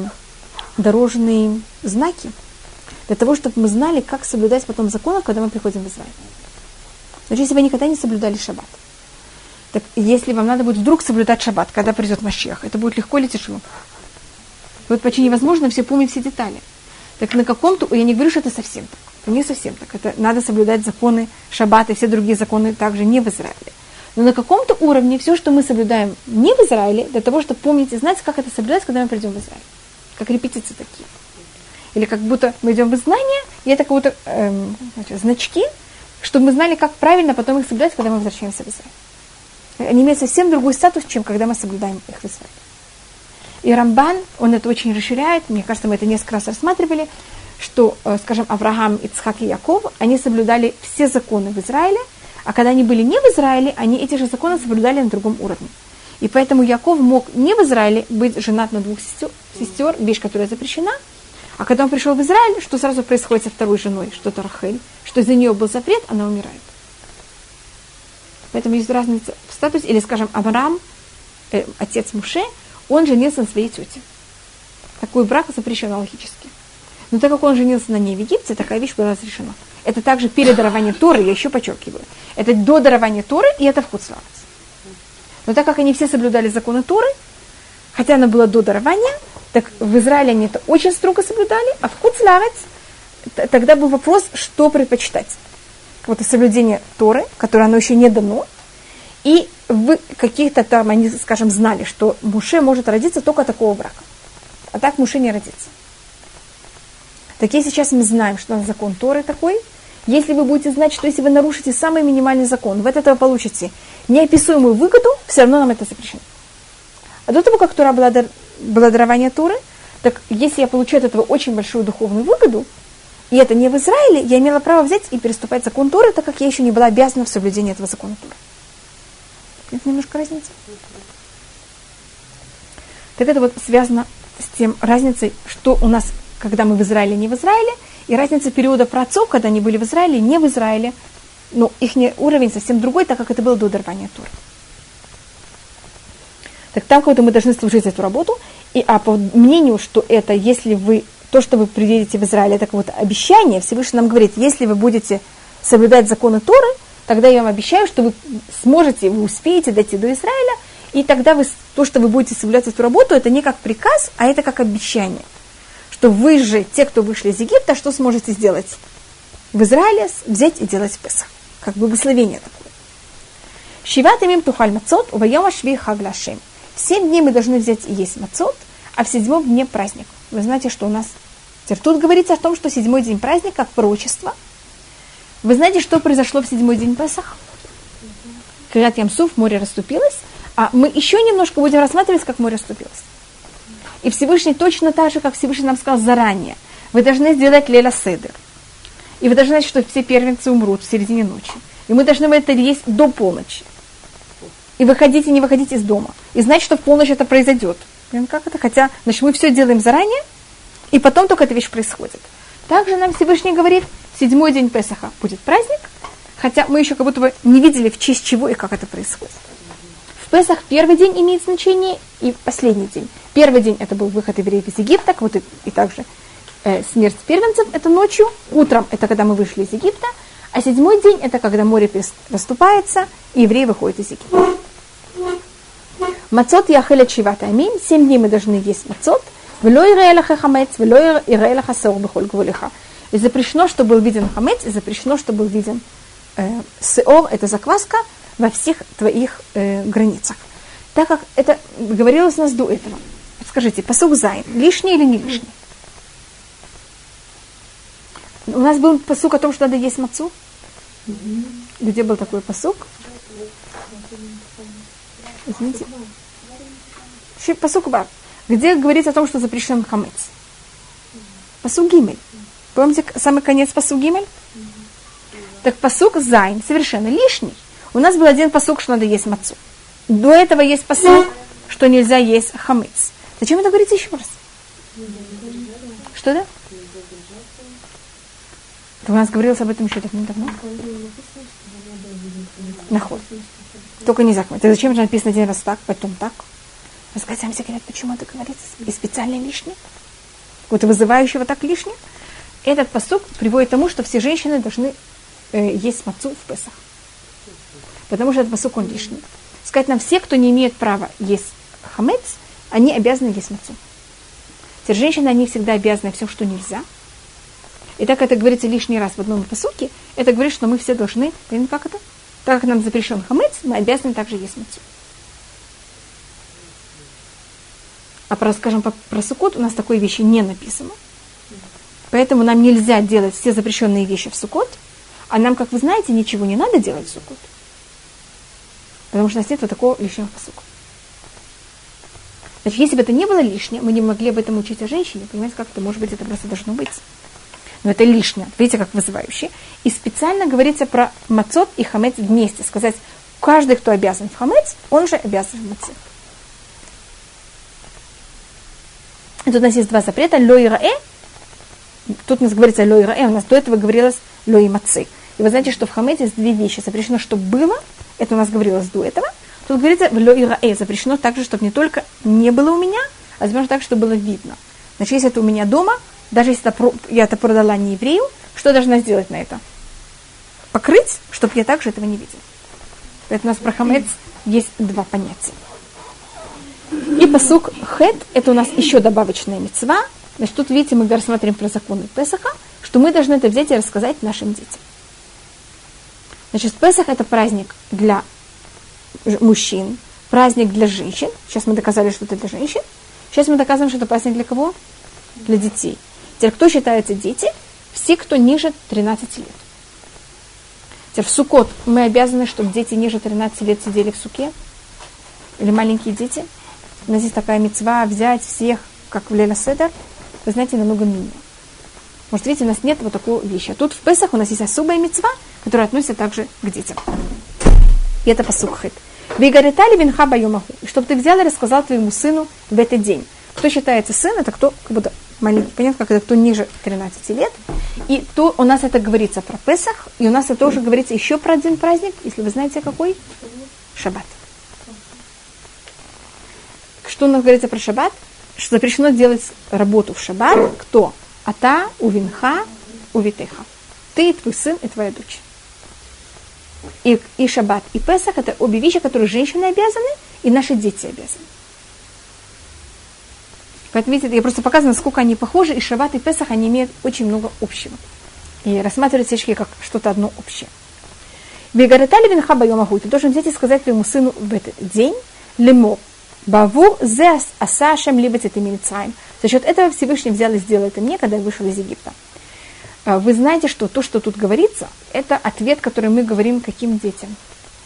дорожные знаки, для того, чтобы мы знали, как соблюдать потом законы, когда мы приходим в Израиль. Значит, если вы никогда не соблюдали шаббат, так если вам надо будет вдруг соблюдать шаббат, когда придет Машиах, это будет легко или тяжело? Вот почти невозможно все помнить все детали. Так на каком-то, я не говорю, что это совсем так. Не совсем так. Это надо соблюдать законы шаббата и все другие законы также не в Израиле. Но на каком-то уровне все, что мы соблюдаем не в Израиле, для того, чтобы помнить и знать, как это соблюдать, когда мы придем в Израиль. Как репетиции такие. Или как будто мы идем в изгнание, и это как будто значки, чтобы мы знали, как правильно потом их соблюдать, когда мы возвращаемся в Израиль. Они имеют совсем другой статус, чем когда мы соблюдаем их в Израиле. И Рамбан, он это очень расширяет, мне кажется, мы это несколько раз рассматривали, что, скажем, Авраам, Ицхак и Яков, они соблюдали все законы в Израиле, а когда они были не в Израиле, они эти же законы соблюдали на другом уровне. И поэтому Яков мог не в Израиле быть женат на двух сестер, вещь, которая запрещена, а когда он пришел в Израиль, что сразу происходит со второй женой, что-то Рахель, что из-за нее был запрет, она умирает. Поэтому есть разница в статусе. Или, скажем, Авраам, отец Муше, он женился на своей тете. Такой брак запрещен логически. Но так как он женился на ней в Египте, такая вещь была разрешена. Это также перед дарованием Торы, я еще подчеркиваю. Это до дарования Торы, и это в Хуцларец. Но так как они все соблюдали законы Торы, хотя оно было до дарования, так в Израиле они это очень строго соблюдали, а в Хуцларец тогда был вопрос, что предпочитать. Вот соблюдение Торы, которое оно еще не дано, и в каких-то там, они, скажем, знали, что Муше может родиться только от такого брака. А так Муше не родится. Так если сейчас мы знаем, что закон Торы такой, если вы будете знать, что если вы нарушите самый минимальный закон, вы от этого получите неописуемую выгоду, все равно нам это запрещено. А до того, как Тора было дарование Торы, так если я получу от этого очень большую духовную выгоду, и это не в Израиле, я имела право взять и переступать закон Торы, так как я еще не была обязана в соблюдении этого закона Торы. Это немножко разница. Так это вот связано с тем разницей, что у нас, когда мы в Израиле, не в Израиле, и разница периода праотцов, когда они были в Израиле, не в Израиле, но их уровень совсем другой, так как это было до дарования Торы. Так там, когда мы должны служить эту работу, а по мнению, что это, если вы, то, что вы приедете в Израиль, это какое-то обещание, Всевышний нам говорит, если вы будете соблюдать законы Торы, тогда я вам обещаю, что вы сможете, вы успеете дойти до Израиля, и тогда то, что вы будете соблюдать эту работу, это не как приказ, а это как обещание. Что вы же, те, кто вышли из Египта, что сможете сделать в Израиле? Взять и делать Песах. Как благословение такое. Шиват имим тухаль мацот, увайома шви хаг лашем. 7 дней мы должны взять и есть мацот, а в 7-м дне праздник. Вы знаете, что у нас... Тут говорится о том, что 7-й день праздник, как пророчество. Вы знаете, что произошло в 7-й день Песах? Крят Ямсуф, море расступилось, а мы еще немножко будем рассматривать, как море расступилось. И Всевышний точно так же, как Всевышний нам сказал заранее, вы должны сделать Лейла Седер. И вы должны знать, что все первенцы умрут в середине ночи. И мы должны это есть до полночи. И выходите, не выходите из дома. И знать, что в полночь это произойдет. Как это? Хотя, значит, мы все делаем заранее, и потом только эта вещь происходит. Также нам Всевышний говорит, 7-й день Песаха будет праздник, хотя мы еще как будто бы не видели, в честь чего и как это происходит. В Песах первый день имеет значение и последний день. Первый день это был выход евреев из Египта, вот и также смерть первенцев это ночью, утром это когда мы вышли из Египта, а 7-й день это когда море расступается и евреи выходят из Египта. Мацот яхеля чивата амим, 7 дней мы должны есть мацот, вело иреэлаха хамец, вело иреэлаха сеор бехоль гвулиха. И запрещено, что был виден хамец, и запрещено, что был виден сеор, это закваска, во всех твоих границах. Так как это говорилось у нас до этого. Скажите, пасук зайн, лишний или не лишний? У нас был пасук о том, что надо есть мацу. Где был такой пасук? Извините. Пасук бар. Где говорится о том, что запрещен хамец? Пасук гимель. Помните самый конец пасук гимель? Так пасук зайн совершенно лишний. У нас был один пасук, что надо есть мацу. До этого есть пасук, что нельзя есть хамец. Зачем это говорится еще раз? Что да? У нас говорилось об этом еще так недавно. Наход. Только нельзя хамец. Зачем же написано один раз так, потом так? Рассказать говорят, почему это говорится? И специально лишнее? Вот вызывающего так лишнее? Этот пасук приводит к тому, что все женщины должны есть мацу в Песах. Потому что этот пасук он лишний. Сказать нам, все, кто не имеет права есть хамец, они обязаны есть мацу. Те женщины, они всегда обязаны все, что нельзя. И так это говорится лишний раз в одном пасуке, это говорит, что мы все должны, понимаете, как это? Так как нам запрещен хамец, мы обязаны также есть мацу. А скажем, про Суккот у нас такой вещи не написано. Поэтому нам нельзя делать все запрещенные вещи в Суккот, а нам, как вы знаете, ничего не надо делать в Суккот. Потому что у нас нет вот такого лишнего пасука. Значит, если бы это не было лишнее, мы не могли об этом учить о женщине. Понимаете, как это, может быть, это просто должно быть. Но это лишнее. Видите, как вызывающее. И специально говорится про мацот и хамец вместе. Сказать, каждый, кто обязан в хамец, он же обязан в маце. И тут у нас есть два запрета. Ло и раэ. Тут у нас говорится ло и раэ. У нас до этого говорилось ло и маце. И вы знаете, что в хамете есть две вещи. Запрещено, чтобы было. Это у нас говорилось до этого. Тут говорится в ло и раэ. Запрещено также, чтобы не только не было у меня, а запрещено так, чтобы было видно. Значит, если это у меня дома, даже если я это продала не еврею, что я должна сделать на это? Покрыть, чтобы я также этого не видела. Поэтому у нас про хамец есть два понятия. И пасук хет, это у нас еще добавочная мицва. Значит, тут, видите, мы рассматриваем про законы Песаха, что мы должны это взять и рассказать нашим детям. Значит, Песах это праздник для мужчин, праздник для женщин. Сейчас мы доказали, что это для женщин. Сейчас мы доказываем, что это праздник для кого? Для детей. Теперь, кто считаются дети? Все, кто ниже 13 лет. Теперь, в Суккот мы обязаны, чтобы дети ниже 13 лет сидели в суке? Или маленькие дети? У нас есть такая мицва взять всех, как в Лейла Седер. Вы знаете, намного менее. Может, видите, у нас нет вот такой вещи. А тут в Песах у нас есть особая мицва, которая относится также к детям. И это пасук хет. Вигаритали винха байомаху. Чтобы ты взял и рассказал твоему сыну в этот день. Кто считается сын, это кто, как будто маленький, понятно, как это кто ниже 13 лет. И то у нас это говорится про Песах, и у нас это тоже говорится еще про один праздник, если вы знаете какой. Шаббат. Что у нас говорится про шаббат? Что запрещено делать работу в шаббат. Кто? Ата, увинха, увитеха. Ты, твой сын и твоя дочь. И шаббат, и Песах это обе вещи, которые женщины обязаны, и наши дети обязаны. Поэтому, видите, я просто показываю, насколько они похожи, и шаббат, и Песах, они имеют очень много общего. И рассматривают всячески как что-то одно общее. Вегаратали винха байомагу. Ты должен взять и сказать твоему сыну в этот день, лемо, баву зе асашем либо цитимицаем. За счет этого Всевышний взял и сделал это мне, когда я вышел из Египта. Вы знаете, что то, что тут говорится, это ответ, который мы говорим каким детям?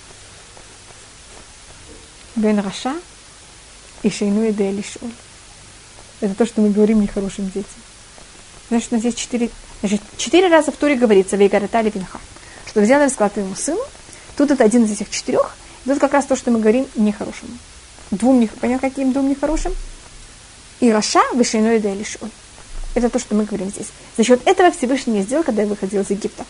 Бен Раша и Шейну Эде Лишоль. Это то, что мы говорим нехорошим детям. Значит, у нас есть 4 раза в Торе говорится «Вейгаратали винха», что взял и сказал твоему сыну. Тут это один из этих 4. И тут как раз то, что мы говорим нехорошему. Понятно, каким двум нехорошим? И Раша в Шейну Эде Лишоль. Это то, что мы говорим здесь. За счет этого Всевышний мне сделал, когда я выходил из Египта.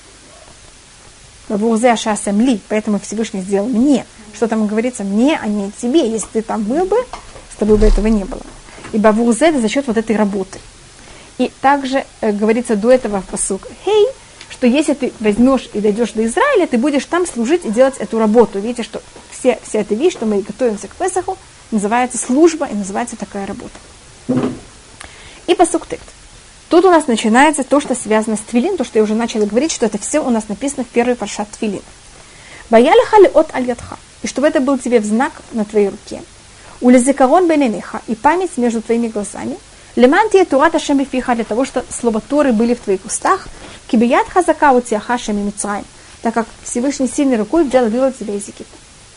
Поэтому Всевышний сделал мне. Что там говорится? Мне, а не тебе. Если ты там был бы, с тобой бы этого не было. И бавурзе это за счет вот этой работы. И также говорится до этого в пасук «Хей», что если ты возьмешь и дойдешь до Израиля, ты будешь там служить и делать эту работу. Видите, что вся эта вещь, что мы готовимся к Песаху, называется служба и называется такая работа. И пасук тет. Тут у нас начинается то, что связано с Твилин, то, что я уже начала говорить, что это все у нас написано в первой паршат Твилин. Боялихали от аль-ядха. И чтобы это был тебе в знак на твоей руке. Улезикарон бененеха. И память между твоими глазами. Лемантия турата шем бифиха. Для того, что слова Торы были в твоих устах. Кибият хазака у тиаха шем и мицраим. Так как Всевышний сильной рукой взял и вывел тебя из Египта.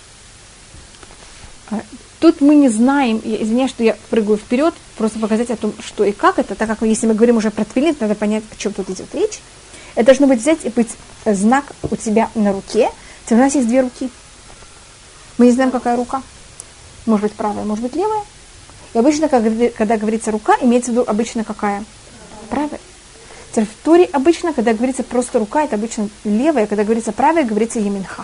Тут мы не знаем, я извиняюсь, что я прыгаю вперед, просто показать о том, что и как это, так как если мы говорим уже про Твилин, надо понять, о чем тут идет речь. Это должно быть взять и быть знак у тебя на руке. У нас есть 2 руки. Мы не знаем, какая рука. Может быть правая, может быть левая. И обычно, когда говорится рука, имеется в виду обычно какая? Правая. В Торе обычно, когда говорится просто рука, это обычно левая, когда говорится правая, говорится еминха.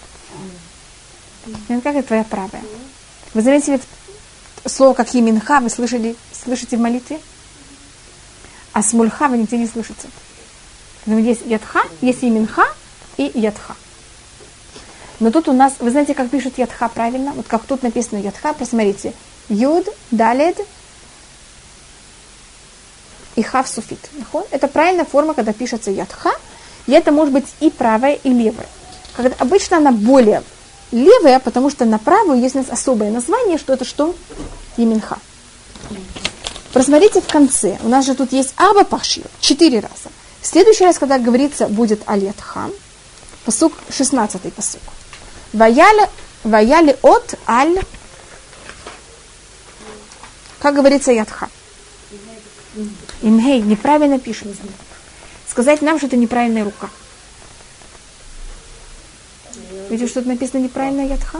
Как это твоя правая? Вы заметили слово как еминха, вы слышите в молитве? А смульха вы нигде не слышите. Есть ядха, есть еминха и ядха. Но тут у нас, вы знаете, как пишут ядха правильно? Вот как тут написано ядха, посмотрите. Юд, далед и хав суфит. Это правильная форма, когда пишется ядха. И это может быть и правая, и левая. Когда обычно она более левая, потому что на правую есть у нас особое название, что это что? Еминха. Просмотрите в конце. У нас же тут есть аба пашью. 4 раза. В следующий раз, когда говорится, будет аль-ядха, пасук, 16-й пасук. Ваяли от аль... Как говорится ядха? Имхей. Неправильно пишут. Сказать нам, что это неправильная рука. Видите, что тут написано неправильно ядха?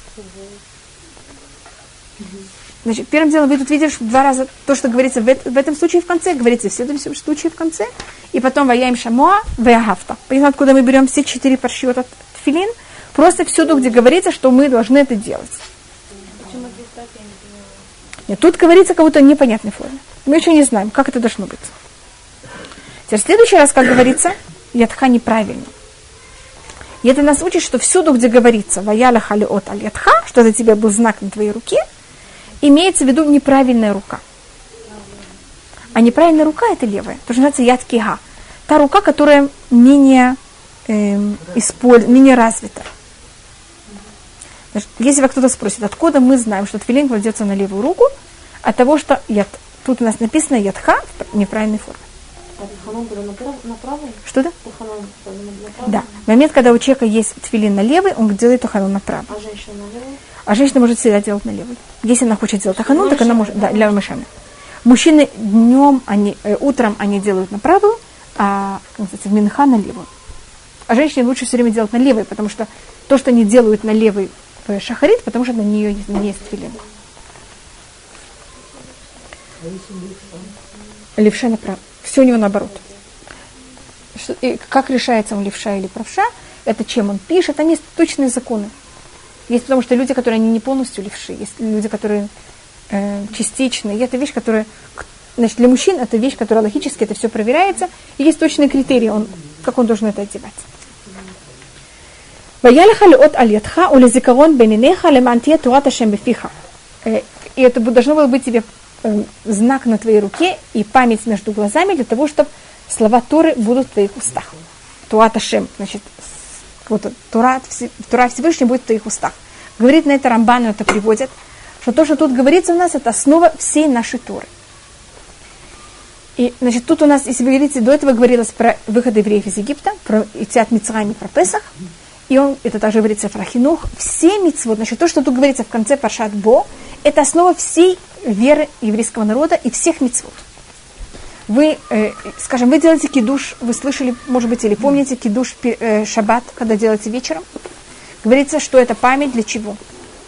Значит, первым делом вы тут видите 2 раза то, что говорится в этом случае в конце, говорится в следующем случае в конце, и потом ваяим шамоа веагафта. Понятно, откуда мы берем все 4 паршиот от Тфилин? Просто всюду, где говорится, что мы должны это делать. Почему здесь так, я не понимаю? Нет, тут говорится какой-то непонятной форме. Мы еще не знаем, как это должно быть. Теперь в следующий раз, как говорится, ядха неправильно. И это нас учит, что всюду, где говорится «Ваяля хали от аль-ядха», что это тебе был знак на твоей руке, имеется в виду неправильная рука. А неправильная рука – это левая. То, что называется яд кига. Та рука, которая менее развита. Если вас кто-то спросит, откуда мы знаем, что тфилин кладется на левую руку, от того, что тут у нас написано ядха в неправильной форме. Что-то? Да. В момент, когда у человека есть тфилин на левой, он делает таханун направо. А женщина на левой? А женщина может всегда делать на левой. Если она хочет делать таханун, так она может... Да, для мышами. Мужчины утром они делают на правую, а в минха на левую. А женщине лучше все время делать на левой, потому что то, что они делают на левой шахарит, потому что на нее есть тфилин. Левша направо. Все у него наоборот. И как решается он левша или правша, это чем он пишет, они есть точные законы. Есть потому что люди, которые они не полностью левши, есть люди, которые частичные. И это вещь, которая, значит, для мужчин это вещь, которая логически это все проверяется, и есть точные критерии, как он должен это одевать. от аль-ядха улезикарон бенинеха лемантия турата шем бифиха. И это должно было быть тебе знак на твоей руке и память между глазами для того, чтобы слова Торы будут в твоих устах. Туата шем, значит, вот Тура Всевышний будет в твоих устах. Говорит на это Рамбан, это приводит, что то, что тут говорится у нас, это основа всей нашей Торы. И, значит, тут у нас, если вы говорите, до этого говорилось про выход евреев из Египта, про Итиат Мицраим, про Песах, и это также говорится про Хинух. Все мицвот, значит, то, что тут говорится в конце Паршат Бо, это основа всей веры еврейского народа и всех мицвот. Вы, скажем, вы делаете кидуш, вы слышали, может быть, или помните кидуш шаббат, когда делаете вечером? Говорится, что это память для чего?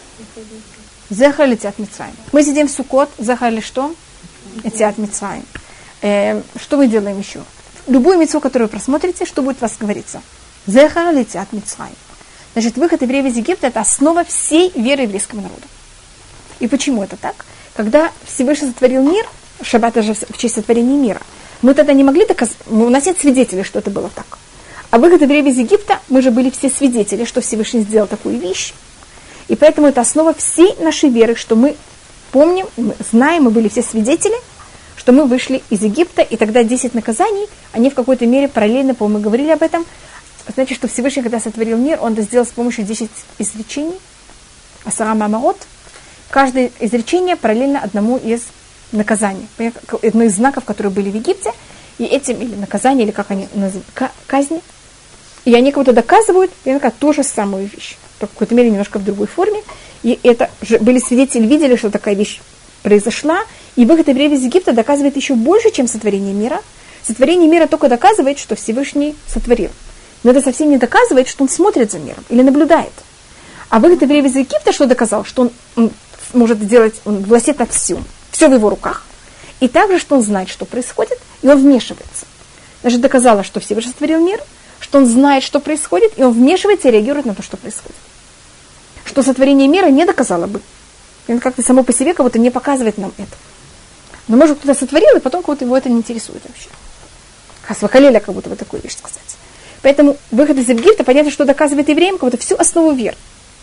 Зехар Итиат Мицраим. Мы сидим в Суккот, Зехар что? Итиат Мицраим. Что мы делаем еще? Любую мицву, которую вы просмотрите, что будет у вас говориться? Зехар Итиат Мицраим. Значит, выход евреев из Египта – это основа всей веры еврейского народа. И почему это так? Когда Всевышний сотворил мир, шаббат же в честь сотворения мира, мы тогда не могли доказать, у нас нет свидетелей, что это было так. А выход евреев из Египта, мы же были все свидетели, что Всевышний сделал такую вещь. И поэтому это основа всей нашей веры, что мы помним, мы знаем, мы были все свидетели, что мы вышли из Египта, и тогда 10 наказаний, они в какой-то мере параллельно, по-моему, мы говорили об этом. Значит, что Всевышний, когда сотворил мир, он это сделал с помощью 10 изречений, асара мамаот. Каждое изречение параллельно одному из наказаний, одно из знаков, которые были в Египте, и этим, или наказание, или как они называют, казни, и они как будто доказывают, ту же самую вещь, только в какой-то мере немножко в другой форме, и это же были свидетели, видели, что такая вещь произошла, и выход евреев из Египта доказывает еще больше, чем сотворение мира. Сотворение мира только доказывает, что Всевышний сотворил. Но это совсем не доказывает, что он смотрит за миром или наблюдает. А выход евреев из Египта что доказал? Что он может сделать, он властит над всем. Все в его руках. И также, что он знает, что происходит, и он вмешивается. Значит, доказало, что Всевышний сотворил мир, что он знает, что происходит, и он вмешивается и реагирует на то, что происходит. Что сотворение мира не доказало бы. И он как-то само по себе как будто не показывает нам это. Но может кто-то сотворил, и потом кого-то его это не интересует вообще. Хасвахалеля, как будто бы такую вещь сказать. Поэтому выход из Египта, понятно, что доказывает евреям как будто всю основу веры.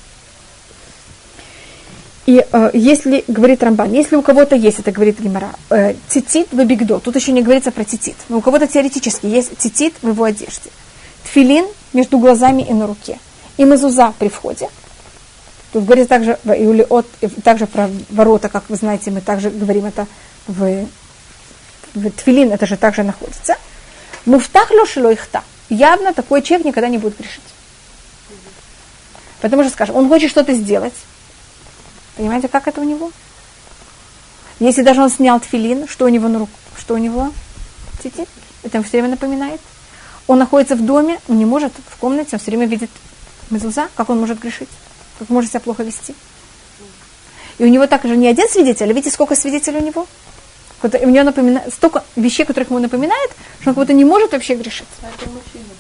И если, говорит Рамбан, если у кого-то есть, это говорит Гемара, цитит в бигдо, тут еще не говорится про цитит, но у кого-то теоретически есть цитит в его одежде, тфилин между глазами и на руке, и мезуза при входе. Тут говорится также про ворота, как вы знаете, мы также говорим это в тфилин, это же также находится. Муфтах ло шело ихта. Явно такой человек никогда не будет грешить. Потому что, скажем, он хочет что-то сделать. Понимаете, как это у него? Если даже он снял тфилин, что у него на руку? Что у него? Цитит. Это ему все время напоминает. Он находится в доме, он не может в комнате, он все время видит мезуза. Как он может грешить? Как может себя плохо вести? И у него также не один свидетель, а видите, сколько свидетелей у него? У него напоминает, столько вещей, которых ему напоминает, что он как будто не может вообще грешить. Это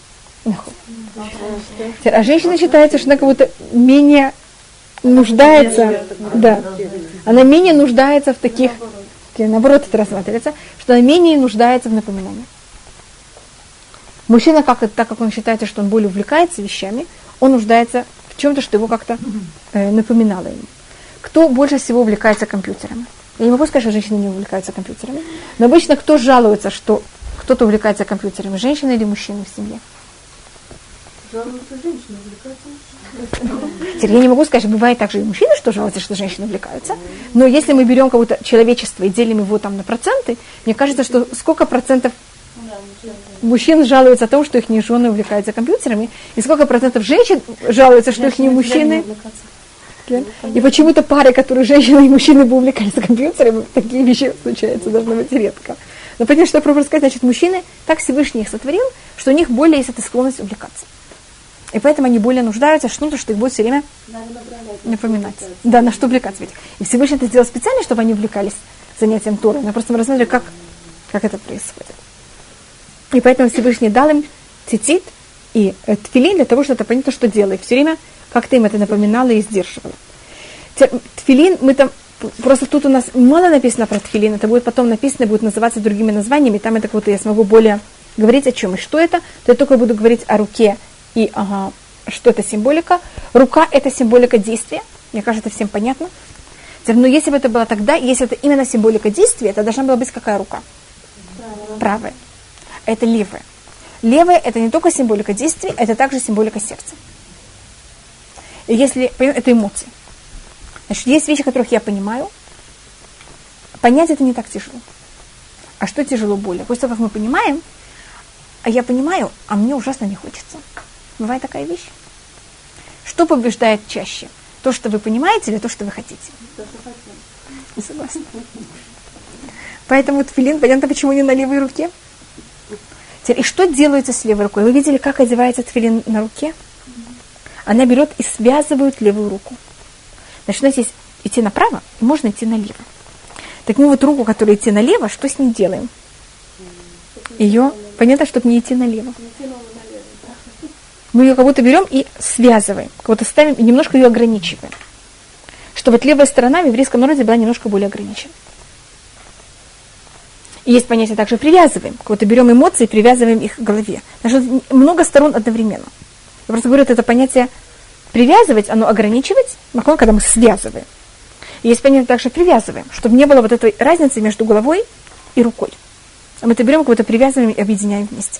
мужчина. А женщина считается, что она как будто менее нуждается, да, она менее нуждается в таких, наоборот это рассматривается, что она менее нуждается в напоминании. Мужчина, так как он считается, что он более увлекается вещами, он нуждается в чем-то, что его как-то напоминало ему. Кто больше всего увлекается компьютерами? Я не могу сказать, что женщины не увлекаются компьютерами, но обычно кто жалуется, что кто-то увлекается компьютерами, женщина или мужчина в семье? Жалуются женщины, увлекаются. Я не могу сказать, что бывает также и мужчины, что жалуются, что женщины увлекаются, но если мы берем какое-то человечество и делим его там на проценты, мне кажется, что сколько процентов мужчин жалуются о том, что их жены увлекаются компьютерами, и сколько процентов женщин жалуются, что их мужчины. И почему-то пары, которые женщины и мужчины бы увлекались компьютерами, такие вещи случаются, должно быть редко. Но понятно, что я просто сказать, значит, мужчины так Всевышний их сотворил, что у них более есть эта склонность увлекаться. И поэтому они более нуждаются в что-то, что их будет все время напоминать. Да, на что увлекаться. Ведь. И Всевышний это сделал специально, чтобы они увлекались занятием Торы. Но просто мы рассмотрели, как это происходит. И поэтому Всевышний дал им цитит и тфилин для того, чтобы это понятно, что делает. Все время как-то им это напоминало и сдерживало. Тфилин, мы там, просто тут у нас мало написано про тфилин, это будет потом написано, будет называться другими названиями, там это как-то я смогу более говорить о чем и что это, то я только буду говорить о руке и что это символика. Рука – это символика действия, мне кажется, всем понятно. Но если бы это было тогда, если это именно символика действия, это должна была быть какая рука? Правая. Это левая. Левое – это не только символика действий, это также символика сердца. И если, это эмоции. Значит, есть вещи, которых я понимаю. Понять это не так тяжело. А что тяжело более? После того, как мы понимаем, а я понимаю, а мне ужасно не хочется. Бывает такая вещь. Что побеждает чаще? То, что вы понимаете, или то, что вы хотите? Не согласна. Поэтому тфилин, понятно, почему не на левой руке. И что делается с левой рукой? Вы видели, как одевается тфилин на руке? Она берет и связывает левую руку. Значит, у нас есть идти направо, и можно идти налево. Так мы вот руку, которая идти налево, что с ней делаем? Ее, понятно, чтобы не идти налево. Мы ее как будто берем и связываем, как будто ставим и немножко ее ограничиваем. Чтобы вот левая сторона в еврейском народе была немножко более ограничена. И есть понятие также привязываем. Как будто берем эмоции и привязываем их к голове. Значит, много сторон одновременно. Я просто говорю, это понятие привязывать, оно ограничивать, когда мы связываем. И есть понятие также привязываем, чтобы не было вот этой разницы между головой и рукой. А мы это берем, как будто привязываем и объединяем вместе.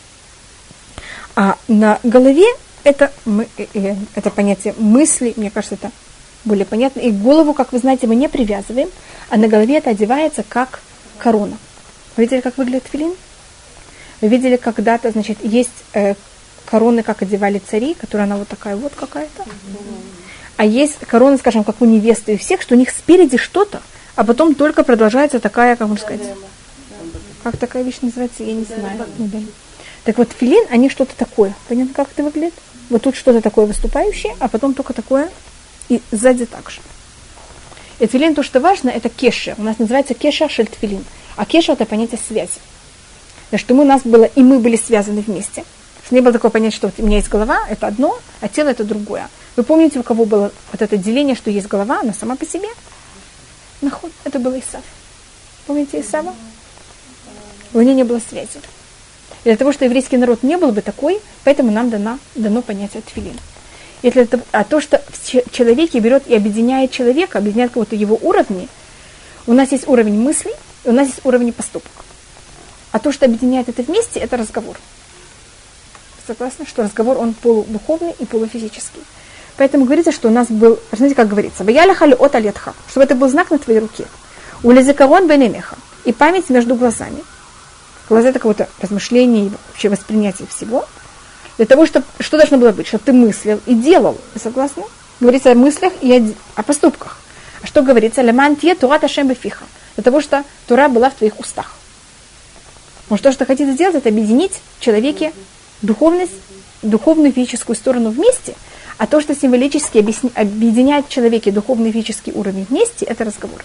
А на голове это понятие мысли, мне кажется, это более понятно. И голову, как вы знаете, мы не привязываем, а на голове это одевается как корона. Вы видели, как выглядит тфилин? Вы видели, когда-то, значит, есть короны, как одевали цари, которая она вот такая вот какая-то. А есть короны, скажем, как у невесты и всех, что у них спереди что-то, а потом только продолжается такая, как можно сказать, как такая вещь называется, я не знаю. Так вот, тфилин, они что-то такое. Понятно, как это выглядит? Вот тут что-то такое выступающее, а потом только такое, и сзади так же. И тфилин, то, что важно, это кешер. У нас называется кешер шель тфилин. А кешер – это понятие связи. Потому что мы были связаны вместе. Что не было такого понятия, что вот у меня есть голова, это одно, а тело – это другое. Вы помните, у кого было вот это деление, что есть голова, она сама по себе? Наход. Это был Исав. Помните Исава? У него не было связи. И для того, что еврейский народ не был бы такой, поэтому нам дано понятие тфилин. А то, что в человеке берет и объединяет человека, объединяет кого-то его уровни, у нас есть уровень мыслей, и у нас есть уровень поступок. А то, что объединяет это вместе, это разговор. Согласны, что разговор, он полудуховный и полуфизический. Поэтому говорится, что у нас был, знаете, как говорится, чтобы это был знак на твоей руке. Улезекарон бенемеха. И память между глазами. Глаза – это какое-то размышление и вообще воспринятие всего. Для того, чтобы, что должно было быть? Чтобы ты мыслил и делал. Вы согласны? Говорится о мыслях и о поступках. А что говорится? Лемантье Тура Ташем бефиха. Для того, что Тура была в твоих устах. Может, то, что хотите сделать, это объединить в человеке духовность, духовную физическую сторону вместе, а то, что символически объединяет в человеке духовный физический уровень вместе, это разговор.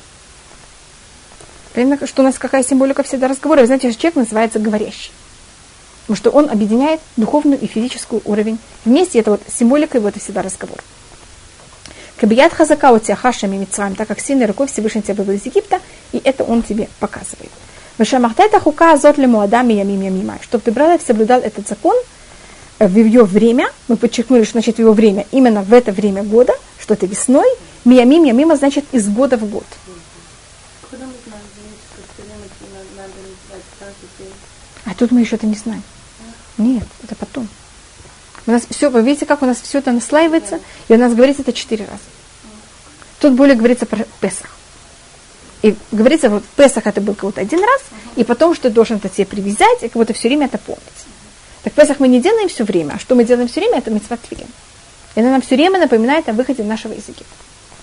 Понятно, что у нас какая символика всегда разговора? Вы знаете, что человек называется говорящий. Потому что он объединяет духовную и физическую уровень вместе. Это вот символика его, это всегда разговор. Кабият хазака у тебя хашами митцваем, так как сильной рукой Всевышний тебя вывел из Египта, и это он тебе показывает. Чтобы ты брал и соблюдал этот закон в ее время, мы подчеркнули, что значит в его время, именно в это время года, что это весной, миямим, ямима значит из года в год. А тут мы еще это не знаем. Нет, это потом. У нас все, вы видите, как у нас все это наслаивается, и у нас говорится это 4 раза. Тут более говорится про Песах. И говорится, вот Песах это был как-то 1 раз, и потом, что ты должен это себе привязать, и как будто все время это помнить. Так Песах мы не делаем все время, а что мы делаем все время, это мицват тфилин. И она нам все время напоминает о выходе нашего из Египта.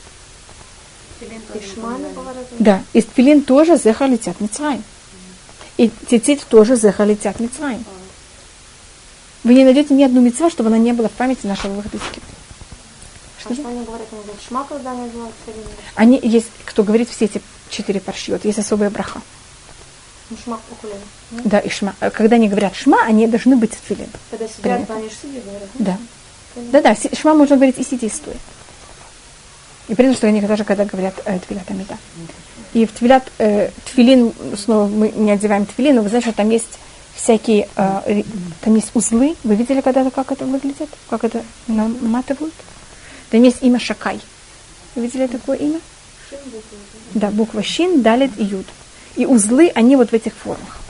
Да, и тфилин тоже зехар летят мицраим. И цицит тоже зехар летят мицраим. Вы не найдете ни одну мицву, чтобы она не была в памяти нашего выхода из Египта. Что они говорят, шма, когда они делают тфилин? Они есть, кто говорит все эти 4 паршиот, есть особая браха. Шма укулеле. Да, и шма. Когда они говорят шма, они должны быть тфилин. Когда сидят, то они же сидят, говорят. Да. Да, шма можно говорить и сидя, и стоя. И принято, что они даже когда говорят тфилят амида. И в тфилин, снова мы не одеваем тфилин, но вы знаете, что там есть всякие, там есть узлы. Вы видели когда-то, как это выглядит? Как это наматывают? Там есть имя Шакай. Вы видели такое имя? Да, буква Шин, Далит и Юд. И узлы, они вот в этих формах.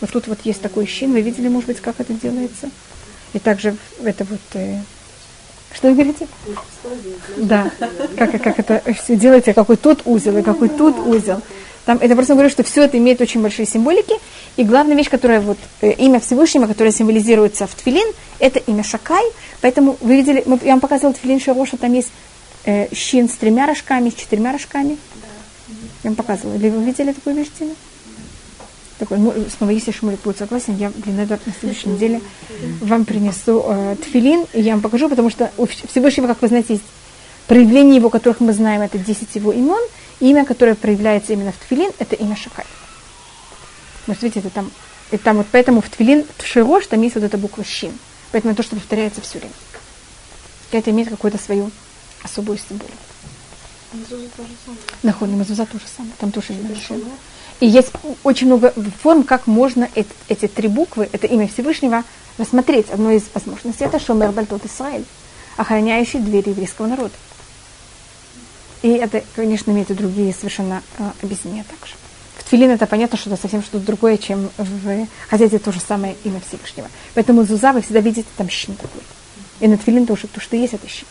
Вот тут вот есть такой щин. Вы видели, может быть, как это делается? И также это вот... Что вы говорите? Да. Как это все делается, какой тут узел и какой тут узел. Там, это просто говорю, что все это имеет очень большие символики. И главная вещь, которая вот имя Всевышнего, которое символизируется в тфилин, это имя Шакай. Поэтому вы видели, я вам показывала тфилин Шароша, там есть щин с 3 рожками, с 4 рожками. Я вам показывала. Или вы видели такую вещь, Тина? Такой, снова, если Шмулик будет согласен, я, на следующей неделе вам принесу тфилин, и я вам покажу, потому что у Всевышнего, как вы знаете, есть проявления его, которых мы знаем, это 10 его имен, и имя, которое проявляется именно в тфилин, это имя Шакай. Может, видите, это там, и там вот поэтому в тфилин, в Широш, там есть вот эта буква Щин. Поэтому то, что повторяется все время. И это имеет какую-то свою особую символику. Мезуза тоже самое. Находим, мезуза тоже самое. Там тоже имя Шин. И есть очень много форм, как можно эти 3 буквы, это имя Всевышнего, рассмотреть. Одной из возможностей это Шомер Дальтот Исраэль, охраняющий двери еврейского народа. И это, конечно, имеет и другие совершенно объяснения также. В тфилин это понятно, что это совсем что-то другое, чем в Хазяде то же самое имя Всевышнего. Поэтому зуза вы всегда видите там щин такой. И на тфилин тоже то, что есть, это щин.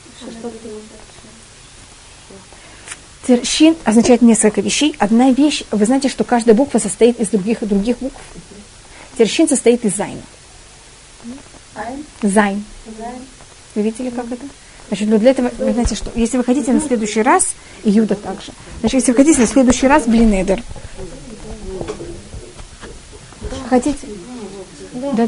Щин означает несколько вещей. Одна вещь, вы знаете, что каждая буква состоит из других букв. Щин состоит из зайна. Зайн. Вы видели, как это? Значит, но для этого, вы знаете, что если вы хотите на следующий раз, и Юда также, значит, если вы хотите на следующий раз, блинедер. Хотите? Да.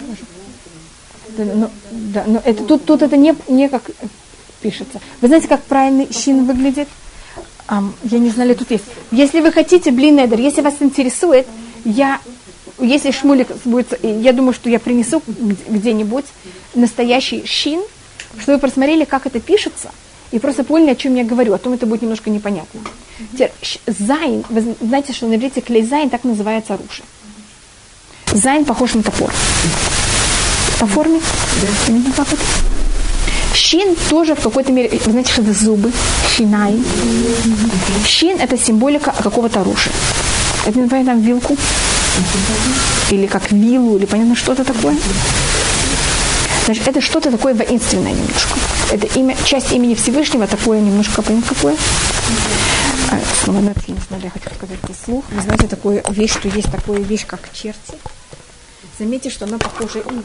Но это, тут это не как пишется. Вы знаете, как правильный щин выглядит? Я не знаю, тут есть. Если вы хотите блинедер, если вас интересует, если Шмулик будет, я думаю, что я принесу где-нибудь настоящий щин, чтобы вы просмотрели, как это пишется, и просто поняли, о чем я говорю, а то это будет немножко непонятно. Теперь, зайн, вы знаете, что на иврите клей зайн так называется оружие. Зайн похож на топор. По форме? Понятно, как это? Щин тоже в какой-то мере, вы знаете, что это зубы, щинай. Щин это символика какого-то оружия. Это, например, там вилку, или как вилу, или понятно, что-то такое. Значит, это что-то такое воинственное немножко. Это имя, часть имени Всевышнего, такое немножко, понятно, какое? Снова на это, не знаю, я хочу сказать это вслух. Вы знаете, такую вещь, что есть такая вещь, как черти. Заметьте, что она похожа имя.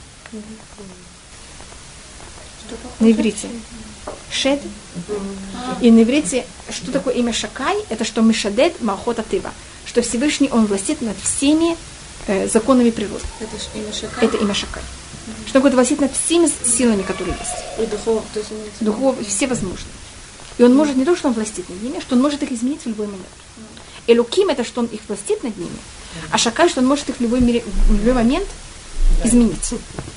На иврите. Шед. И на иврите, что такое имя Шакай? Это что Мишадет Маахота Тыва. Что Всевышний, он властит над всеми законами природы. Это имя Шакай? Это имя Шакай. Что такое властит над всеми силами, которые есть. И духов, то есть духов, все возможные. И он может не то, что он властит над ними, что он может их изменить в любой момент. Элоким это, что он их властит над ними. А Шакай, что он может их в любой момент изменить.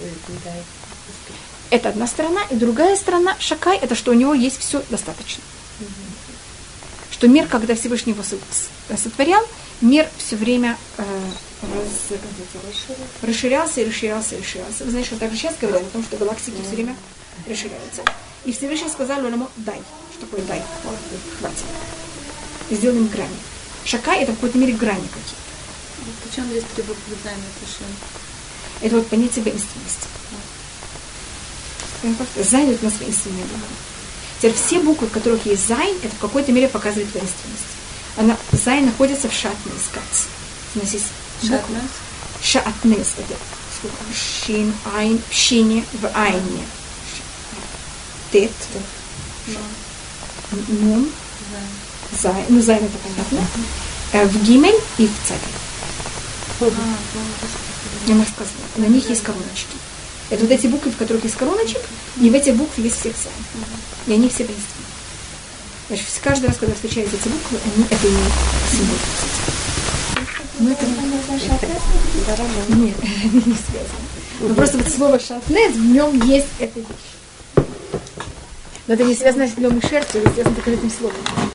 Это одна сторона, и другая сторона Шакай, это что у него есть все достаточно. Что мир, когда Всевышний его сотворял, мир все время расширялся и расширялся и расширялся. Вы знаете, что также сейчас говорят о том, что галактики все время расширяются. И Всевышний сказал Лоламо, дай. Что такое дай? Хватит. И сделаем грани. Шакай это в какой-то мере грани какие-то. Почему здесь 3 буквы зайна пишем? Это вот понятие воинственности. Зайн это у нас воинственная буква. Теперь все буквы, в которых есть зайн, это в какой-то мере показывает воинственность. Зайн находится в шатнес. У нас есть Шатнес? Шатнес. Это сколько? Шин, айн, в шине, в айне. Тет. Нун. Зайн. Ну, зайн это понятно. В гимель и в царь. Я вам рассказывала. На них есть короночки. Это вот эти буквы, в которых есть короночек, и в этих буквах есть всех зайн. И они все воинственны. Значит, каждый раз, когда встречаются эти буквы, они это имеют символику. Ну, это нет, не связано. Но просто вот слово шатнес, в нем есть эта вещь. Но это не связано с длем и шерстью, это связано только с этим словом.